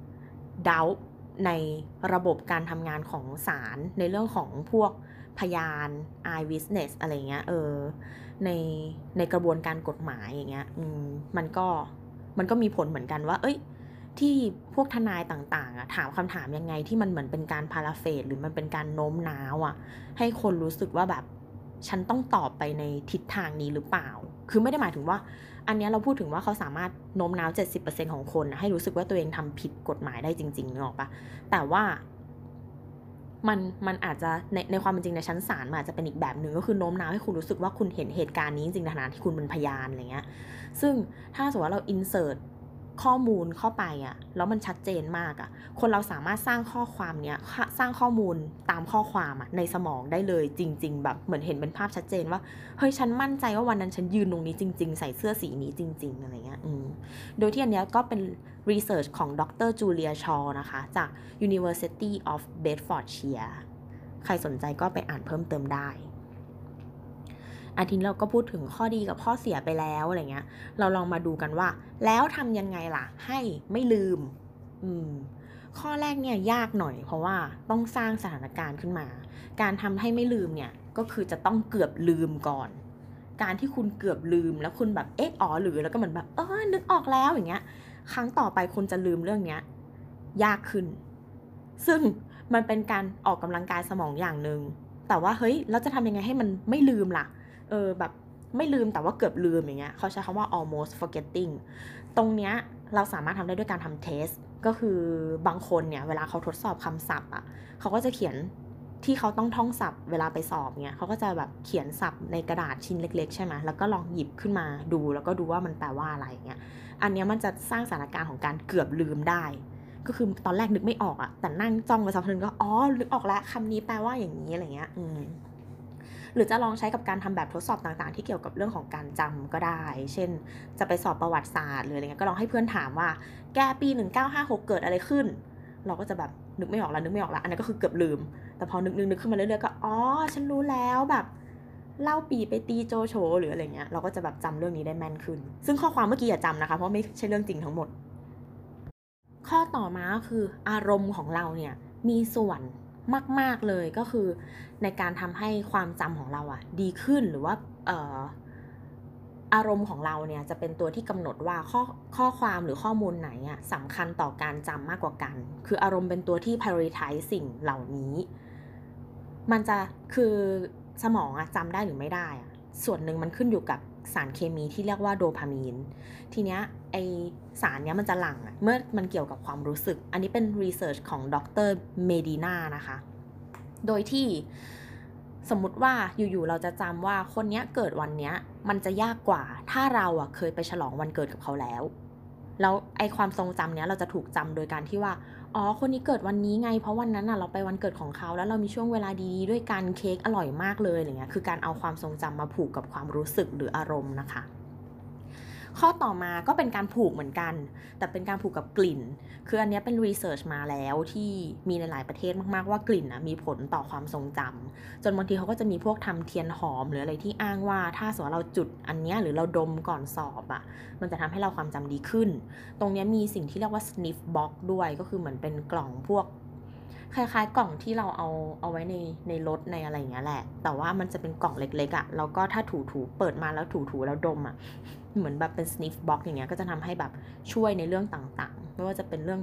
doubt ในระบบการทำงานของศาลในเรื่องของพวกพยาน eye witness อะไรเงี้ยเออในในกระบวนการกฎหมายอย่างเงี้ยอืมมันก็มันก็มีผลเหมือนกันว่าเอ้ยที่พวกทนายต่างๆอ่ะถามคำถามยังไงที่มันเหมือนเป็นการพาราเฟรสหรือมันเป็นการโน้มน้าวอ่ะให้คนรู้สึกว่าแบบฉันต้องตอบไปในทิศทางนี้หรือเปล่าคือไม่ได้หมายถึงว่าอันนี้เราพูดถึงว่าเขาสามารถโน้มน้าว เจ็ดสิบเปอร์เซ็นต์ ของคนให้รู้สึกว่าตัวเองทำผิดกฎหมายได้จริงๆนึกออกปะแต่ว่ามันมันอาจจะในในความเป็นจริงในชั้นศาลมันอาจจะเป็นอีกแบบหนึ่งก็คือโน้มน้าวให้คุณรู้สึกว่าคุณเห็นเหตุการณ์นี้จริงๆในฐานะที่คุณเป็นพยานอะไรเงี้ยซึ่งถ้าสมมติว่าเราอินเสิร์ตข้อมูลเข้าไปอ่ะแล้วมันชัดเจนมากอ่ะคนเราสามารถสร้างข้อความเนี้ยสร้างข้อมูลตามข้อความอ่ะในสมองได้เลยจริงๆแบบเหมือนเห็นเป็นภาพชัดเจนว่าเฮ้ยฉันมั่นใจว่าวันนั้นฉันยืนตรงนี้จริงๆใส่เสื้อสีนี้จริงๆอะไรเงี้ยอืมโดยที่อันเนี้ยก็เป็นรีเสิร์ชของดรจูเลียชอนะคะจาก University of Bedfordshire ใครสนใจก็ไปอ่านเพิ่มเติมได้อาทิตย์เราก็พูดถึงข้อดีกับข้อเสียไปแล้วอะไรเงี้ยเราลองมาดูกันว่าแล้วทำยังไงล่ะให้ไม่ลืมอืมข้อแรกเนี่ยยากหน่อยเพราะว่าต้องสร้างสถานการณ์ขึ้นมาการทำให้ไม่ลืมเนี่ยก็คือจะต้องเกือบลืมก่อนการที่คุณเกือบลืมแล้วคุณแบบเอ๊ะอ๋อหรือแล้วก็เหมือนแบบเออนึกออกแล้วอย่างเงี้ยครั้งต่อไปคุณจะลืมเรื่องเนี้ยยากขึ้นซึ่งมันเป็นการออกกำลังกายสมองอย่างนึงแต่ว่าเฮ้ยเราจะทำยังไงให้มันไม่ลืมล่ะเออแบบไม่ลืมแต่ว่าเกือบลืมอย่างเงี้ยเขาใช้คำว่า almost forgetting ตรงเนี้ยเราสามารถทำได้ด้วยการทำเทสก็คือบางคนเนี่ยเวลาเขาทดสอบคำศัพท์อ่ะเขาก็จะเขียนที่เขาต้องท่องศัพท์เวลาไปสอบเนี่ยเขาก็จะแบบเขียนศัพท์ในกระดาษชิ้นเล็กๆใช่ไหมแล้วก็ลองหยิบขึ้นมาดูแล้วก็ดูว่ามันแปลว่าอะไรเงี้ยอันเนี้ยมันจะสร้างสถานการณ์ของการเกือบลืมได้ก็คือตอนแรกนึกไม่ออกอ่ะแต่นั่งจ้องไปสักพักนึงก็อ๋อนึกออกแล้วคำนี้แปลว่าอย่างนี้อะไรเงี้ยอืมหรือจะลองใช้กับการทำแบบทดสอบต่างๆที่เกี่ยวกับเรื่องของการจำก็ได้ เช่นจะไปสอบประวัติศาสตร์หรืออะไรเงี้ยก็ลองให้เพื่อนถามว่าแกปีหนึ่งเก้าห้าหกเกิดอะไรขึ้นเราก็จะแบบนึกไม่ออกแล้วนึกไม่ออกแล้วอันนั้นก็คือเกือบลืมแต่พอนึกนึกนึกขึ้นมาเรื่อยๆก็อ๋อฉันรู้แล้วแบบเล่าปีไปตีโจโฉหรืออะไรเงี้ยเราก็จะแบบจำเรื่องนี้ได้แม่นขึ้นซึ่งข้อความเมื่อกี้อย่าจำนะคะเพราะไม่ใช่เรื่องจริงทั้งหมดข้อต่อมาก็คืออารมณ์ของเราเนี่ยมีส่วนมากๆเลยก็คือในการทำให้ความจำของเราอะดีขึ้นหรือว่าเอ่ออารมณ์ของเราเนี่ยจะเป็นตัวที่กำหนดว่าข้อข้อความหรือข้อมูลไหนอะสำคัญต่อการจำมากกว่ากันคืออารมณ์เป็นตัวที่ prioritize สิ่งเหล่านี้มันจะคือสมองอะจำได้หรือไม่ได้อะส่วนหนึ่งมันขึ้นอยู่กับสารเคมีที่เรียกว่าโดพามีนทีเนี้ยไอสารเนี้ยมันจะหลั่งอะเมื่อมันเกี่ยวกับความรู้สึกอันนี้เป็นรีเสิร์ชของดรเมดินานะคะโดยที่สมมุติว่าอยู่ๆเราจะจำว่าคนเนี้ยเกิดวันเนี้ยมันจะยากกว่าถ้าเราอะเคยไปฉลองวันเกิดกับเขาแล้วแล้วไอความทรงจำเนี้ยเราจะถูกจำโดยการที่ว่าอ๋อคนนี้เกิดวันนี้ไงเพราะวันนั้นน่ะเราไปวันเกิดของเขาแล้วเรามีช่วงเวลาดีๆด้วยกันเค้กอร่อยมากเลยอะไรเงี้ยคือการเอาความทรงจำมาผูกกับความรู้สึกหรืออารมณ์นะคะข้อต่อมาก็เป็นการผูกเหมือนกันแต่เป็นการผูกกับกลิ่นคืออันนี้เป็นรีเสิร์ชมาแล้วที่มีในหลายประเทศมากๆว่ากลิ่นนะมีผลต่อความทรงจำจนบางทีเขาก็จะมีพวกทำเทียนหอมหรืออะไรที่อ้างว่าถ้าสมมติเราจุดอันนี้หรือเราดมก่อนสอบอ่ะมันจะทำให้เราความจำดีขึ้นตรงนี้มีสิ่งที่เรียกว่า sniff box ด้วยก็คือเหมือนเป็นกล่องพวกคล้ายๆกล่องที่เราเอาเอาไว้ในในรถในอะไรอย่างเงี้ยแหละแต่ว่ามันจะเป็นกล่องเล็กๆอ่ะแล้วก็ถ้าถูๆเปิดมาแล้วถูๆแล้วดมอ่ะเหมือนแบบเป็น sniff box อย่างเงี้ยก็จะทำให้แบบช่วยในเรื่องต่างๆไม่ว่าจะเป็นเรื่องแบบ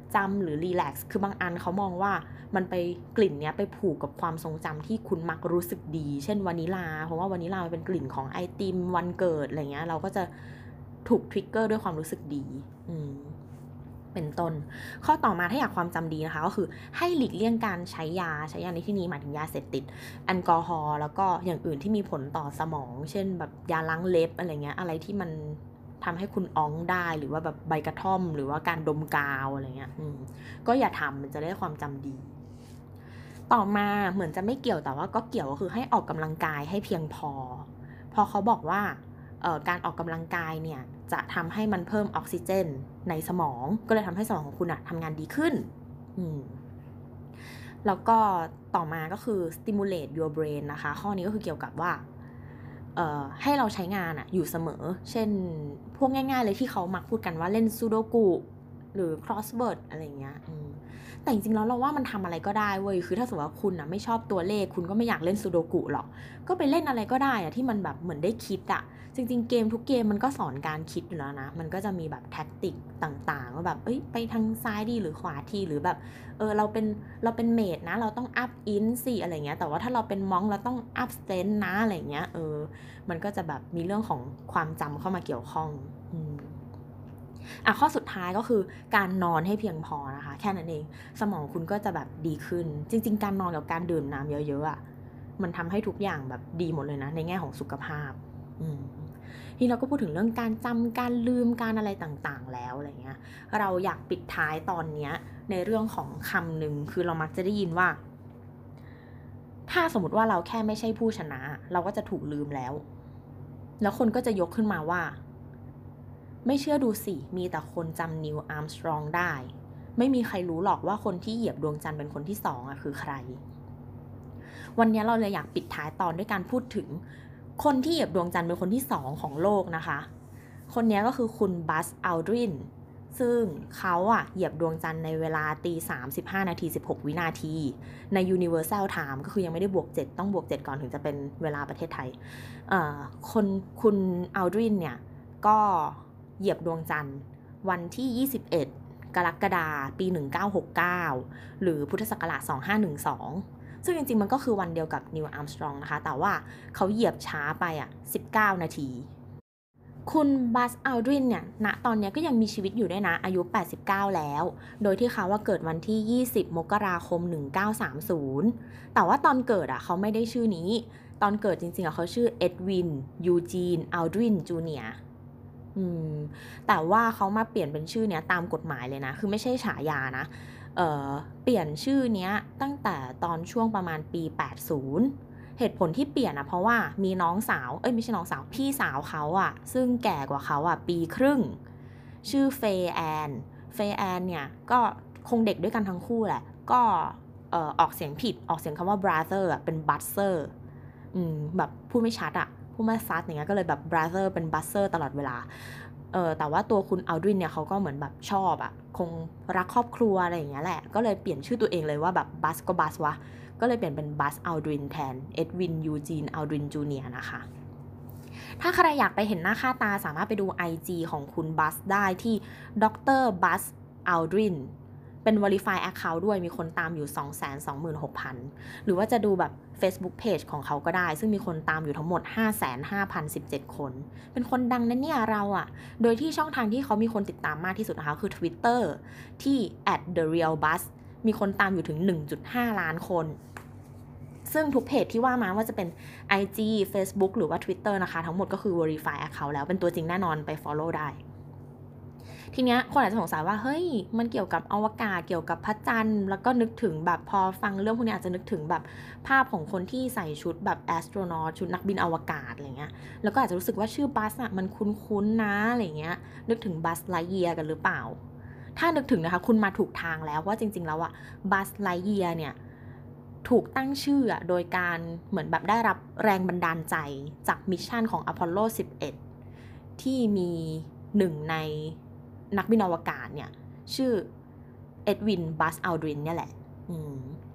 จำหรือรีแลกซ์คือบางอันเขามองว่ามันไปกลิ่นเนี้ยไปผูกกับความทรงจำที่คุณมักรู้สึกดีเช่นวานิลาเพราะว่าวานิลามันเป็นกลิ่นของไอติมวันเกิดอะไรเงี้ยเราก็จะถูกทริกเกอร์ด้วยความรู้สึกดีอืมเป็นต้นข้อต่อมาถ้าอยากความจำดีนะคะก็คือให้หลีกเลี่ยงการใช้ยาใช้ยาในที่นี้หมายถึงยาเสพติดแอลกอฮอล์แล้วก็อย่างอื่นที่มีผลต่อสมองเช่นแบบยาล้างเล็บอะไรเงี้ยอะไรที่มันทำให้คุณอ้องได้หรือว่าแบบใบกระท่อมหรือว่าการดมกาวอะไรเงี้ยอืมก็อย่าทำมันจะได้ความจำดีต่อมาเหมือนจะไม่เกี่ยวแต่ว่าก็เกี่ยวก็คือให้ออกกำลังกายให้เพียงพอพอเขาบอกว่าเอ่อการออกกำลังกายเนี่ยจะทำให้มันเพิ่มออกซิเจนในสมองก็เลยทำให้สมองของคุณอะทำงานดีขึ้นอืมแล้วก็ต่อมาก็คือ stimulate your brain นะคะข้อนี้ก็คือเกี่ยวกับว่าเอ่อให้เราใช้งานอะอยู่เสมอเช่นพวกง่ายๆเลยที่เขามักพูดกันว่าเล่นซูโดกุหรือ crossword อะไรเงี้ยอืมแต่จริงๆแล้วเราว่ามันทำอะไรก็ได้เว้ยคือถ้าสมมติว่าคุณอะไม่ชอบตัวเลขคุณก็ไม่อยากเล่นซูโดกุหรอกก็ไปเล่นอะไรก็ได้อะที่มันแบบเหมือนได้คิดอะจริงๆเกมทุกเกมมันก็สอนการคิดอยู่แล้วนะมันก็จะมีแบบแท็กติกต่างๆว่าแบบเอ้ยไปทางซ้ายดีหรือขวาทีหรือแบบเออเราเป็นเราเป็นเมจนะเราต้องอัพอินสิอะไรเงี้ยแต่ว่าถ้าเราเป็นมองเราต้องอัพสเตนนะอะไรเงี้ยเออมันก็จะแบบมีเรื่องของความจำเข้ามาเกี่ยวข้องอืมอ่ะข้อสุดท้ายก็คือการนอนให้เพียงพอนะคะแค่นั้นเองสมองคุณก็จะแบบดีขึ้นจริงๆการนอนกับการดื่มน้ำเยอะๆอ่ะมันทำให้ทุกอย่างแบบดีหมดเลยนะในแง่ของสุขภาพอืมทีเราก็พูดถึงเรื่องการจำการลืมการอะไรต่างๆแล้วอะไรเงี้ยเราอยากปิดท้ายตอนเนี้ยในเรื่องของคำหนึ่งคือเรามักจะได้ยินว่าถ้าสมมติว่าเราแค่ไม่ใช่ผู้ชนะเราก็จะถูกลืมแล้วแล้วคนก็จะยกขึ้นมาว่าไม่เชื่อดูสิมีแต่คนจำนิวอาร์มสตรองได้ไม่มีใครรู้หรอกว่าคนที่เหยียบดวงจันทร์เป็นคนที่สองอ่ะคือใครวันนี้เราเลยอยากปิดท้ายตอนด้วยการพูดถึงคนที่เหยียบดวงจันทร์เป็นคนที่สองของโลกนะคะคนนี้ก็คือคุณบัส อัลดรินซึ่งเขาอะเหยียบดวงจันทร์ในเวลาตีสามสิบห้านาทีสิบหกวินาทีใน Universal Time ก็คือยังไม่ได้บวกเจ็ดต้องบวกเจ็ดก่อนถึงจะเป็นเวลาประเทศไทยเอ่อคนคุณอัลดรินเนี่ยก็เหยียบดวงจันทร์วันที่ยี่สิบเอ็ดกรกฎาคมปีหนึ่งเก้าหกเก้าหรือพุทธศักราชสองห้าหนึ่งสองซึ่งจริงๆมันก็คือวันเดียวกับนิวอาร์มสตรองนะคะแต่ว่าเขาเหยียบช้าไปอ่ะสิบเก้านาทีคุณบัส อัลดรินเนี่ยณตอนนี้ก็ยังมีชีวิตอยู่ด้วยนะอายุแปดสิบเก้าแล้วโดยที่เขาว่าเกิดวันที่ยี่สิบมกราคมหนึ่งเก้าสามศูนย์แต่ว่าตอนเกิดอ่ะเขาไม่ได้ชื่อนี้ตอนเกิดจริงๆอ่ะเขาชื่อเอ็ดวินยูจีน อัลดรินจูเนียร์อืมแต่ว่าเขามาเปลี่ยนเป็นชื่อเนี้ยตามกฎหมายเลยนะคือไม่ใช่ฉายานะเอ่อเปลี่ยนชื่อเนี้ยตั้งแต่ตอนช่วงประมาณปีแปดสิบเหตุผลที่เปลี่ยนนะเพราะว่ามีน้องสาวเอ้ยไม่ใช่น้องสาวพี่สาวเขาอะซึ่งแก่กว่าเขาอะปีครึ่งชื่อเฟย์แอนเฟย์แอนเนี่ยก็คงเด็กด้วยกันทั้งคู่แหละก็เอ่อออกเสียงผิดออกเสียงคำว่า brother อะเป็น buzzer อืมแบบพูดไม่ชัดอะพูดไม่ซัดอย่างเงี้ยก็เลยแบบ brother เป็น buzzer ตลอดเวลาเออแต่ว่าตัวคุณอัลดรินเนี่ยเขาก็เหมือนแบบชอบอะคงรักครอบครัวอะไรอย่างเงี้ยแหละก็เลยเปลี่ยนชื่อตัวเองเลยว่าแบบบัสก็บัสวะก็เลยเปลี่ยนเป็นบัส อัลดรินแทนเอ็ดวินยูจีน อัลดรินจูเนียร์นะคะถ้าใครอยากไปเห็นหน้าค่าตาสามารถไปดู ไอ จี ของคุณบัสได้ที่ดรบัส อัลดรินเป็น Verify Account ด้วยมีคนตามอยู่ สองแสนสองหมื่นหกพัน หรือว่าจะดูแบบ Facebook Page ของเขาก็ได้ซึ่งมีคนตามอยู่ทั้งหมด ห้าแสนห้าพันสิบเจ็ด คนเป็นคนดังนะเนี่ยเราอะโดยที่ช่องทางที่เขามีคนติดตามมากที่สุดนะคะคือ Twitter ที่ แอท เดอะ เรียล บัส มีคนตามอยู่ถึง หนึ่งจุดห้า ล้านคนซึ่งทุกเพจที่ว่ามาว่าจะเป็น ไอ จี Facebook หรือว่า Twitter นะคะทั้งหมดก็คือ Verify Account แล้วเป็นตัวจริงแน่นอนไป follow ได้ทีเนี้ยคนอาจจะสงสัยว่าเฮ้ยมันเกี่ยวกับอวกาศเกี่ยวกับพระจันทร์แล้วก็นึกถึงแบบพอฟังเรื่องพวกนี้อาจจะนึกถึงแบบภาพของคนที่ใส่ชุดแบบแอสโทรนอตชุดนักบินอวกาศอะไรเงี้ยแล้วก็อาจจะรู้สึกว่าชื่อบัสอะมันคุ้นๆนะอะไรเงี้ยนึกถึงบัสไลท์เยียร์กันหรือเปล่าถ้านึกถึงนะคะคุณมาถูกทางแล้วว่าจริงๆแล้วอะบัสไลท์เยียร์เนี่ยถูกตั้งชื่อโดยการเหมือนแบบได้รับแรงบันดาลใจจากมิชชั่นของอพอลโลสิบเอ็ดที่มีหนึ่งในนักบินอวกาศเนี่ยชื่อเอ็ดวิน บัส อัลดรินเนี่ยแหละ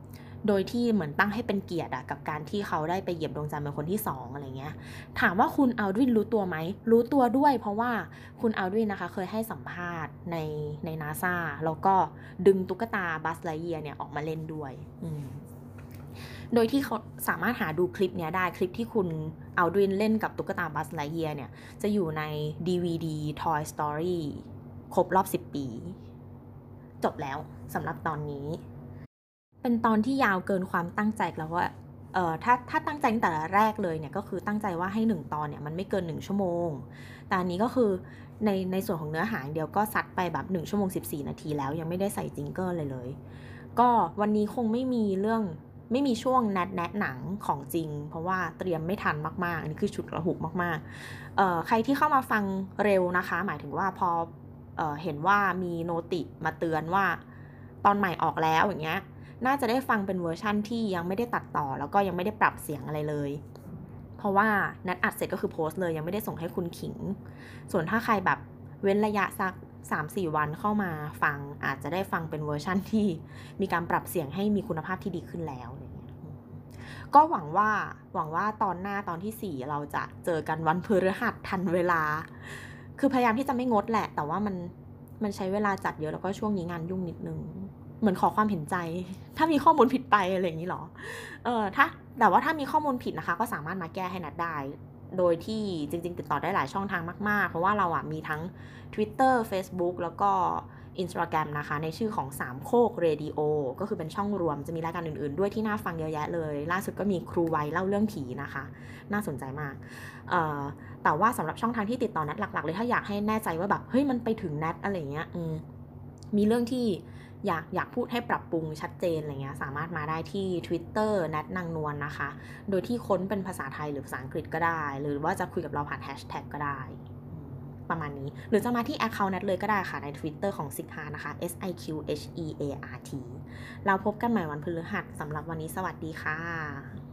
โดยที่เหมือนตั้งให้เป็นเกียรติอะกับการที่เขาได้ไปเหยียบดวงจันทร์เป็นคนที่สองอะไรเงี้ยถามว่าคุณอัลดรินรู้ตัวไหมรู้ตัวด้วยเพราะว่าคุณอัลดรินนะคะเคยให้สัมภาษณ์ในใน NASA แล้วก็ดึงตุ๊กตาบัสไลเยียร์เนี่ยออกมาเล่นด้วยโดยที่เขาสามารถหาดูคลิปเนี้ยได้คลิปที่คุณอัลดรินเล่นกับตุ๊กตาบัสไลเยียร์เนี่ยจะอยู่ใน ดี วี ดี Toy Story ครบรอบสิบปีจบแล้วสำหรับตอนนี้เป็นตอนที่ยาวเกินความตั้งใจแล้วว่าเอ่อถ้าถ้าตั้งใจตั้งแต่แรกเลยเนี่ยก็คือตั้งใจว่าให้หนึ่งตอนเนี่ยมันไม่เกินหนึ่งชั่วโมงแต่อันนี้ก็คือในในส่วนของเนื้อหาเดียวก็ซัดไปแบบหนึ่งชั่วโมงสิบสี่นาทีแล้วยังไม่ได้ใส่จิงเกิลเลยเลยก็วันนี้คงไม่มีเรื่องไม่มีช่วงแนทแนทหนังของจริงเพราะว่าเตรียมไม่ทันมากๆอันนี้คือฉุดกระหุกมากๆเอ่อใครที่เข้ามาฟังเร็วนะคะหมายถึงว่าพอเอ่อเห็นว่ามีโนติมาเตือนว่าตอนใหม่ออกแล้วอย่างเงี้ยน่าจะได้ฟังเป็นเวอร์ชั่นที่ยังไม่ได้ตัดต่อแล้วก็ยังไม่ได้ปรับเสียงอะไรเลยเพราะว่านัดอัดเสร็จก็คือโพสต์เลยยังไม่ได้ส่งให้คุณขิงส่วนถ้าใครแบบเว้นระยะสัก สามถึงสี่ วันเข้ามาฟังอาจจะได้ฟังเป็นเวอร์ชั่นที่มีการปรับเสียงให้มีคุณภาพที่ดีขึ้นแล้วอะไรเงี้ยก็หวังว่าหวังว่าตอนหน้าตอนที่สี่เราจะเจอกันวันพฤหัสทันเวลาคือพยายามที่จะไม่งดแหละแต่ว่ามันมันใช้เวลาจัดเยอะแล้วก็ช่วงนี้งานยุ่งนิดนึงเหมือนขอความเห็นใจถ้ามีข้อมูลผิดไปอะไรอย่างนี้หรอเออถ้าแต่ว่าถ้ามีข้อมูลผิดนะคะก็สามารถมาแก้ให้นัดได้โดยที่จริงๆติดต่อได้หลายช่องทางมากๆเพราะว่าเราอ่ะมีทั้ง Twitter Facebook แล้วก็ Instagram นะคะในชื่อของสามโคกเรดิโอก็คือเป็นช่องรวมจะมีรายการอื่นๆด้วยที่น่าฟังเยอะแยะเลยล่าสุดก็มีครูไว้เล่าเรื่องผีนะคะน่าสนใจมากเอ่อแต่ว่าสำหรับช่องทางที่ติดต่อนัดหลักๆเลยถ้าอยากให้แน่ใจว่าแบบเฮ้ยมันไปถึงนัดอะไรเงี้ยมีเรื่องที่อยากอยากพูดให้ปรับปรุงชัดเจนอะไรเงี้ยสามารถมาได้ที่ Twitter นัดนางนวล นะคะโดยที่ค้นเป็นภาษาไทยหรือภาษาอังกฤษก็ได้หรือว่าจะคุยกับเราผ่านแฮชแท็กก็ได้ประมาณนี้หรือจะมาที่ Account นัดเลยก็ได้ค่ะใน Twitter ของ ซิกฮาร์ท นะคะ S I Q H E A R T เราพบกันใหม่วันพฤหัสสำหรับวันนี้สวัสดีค่ะ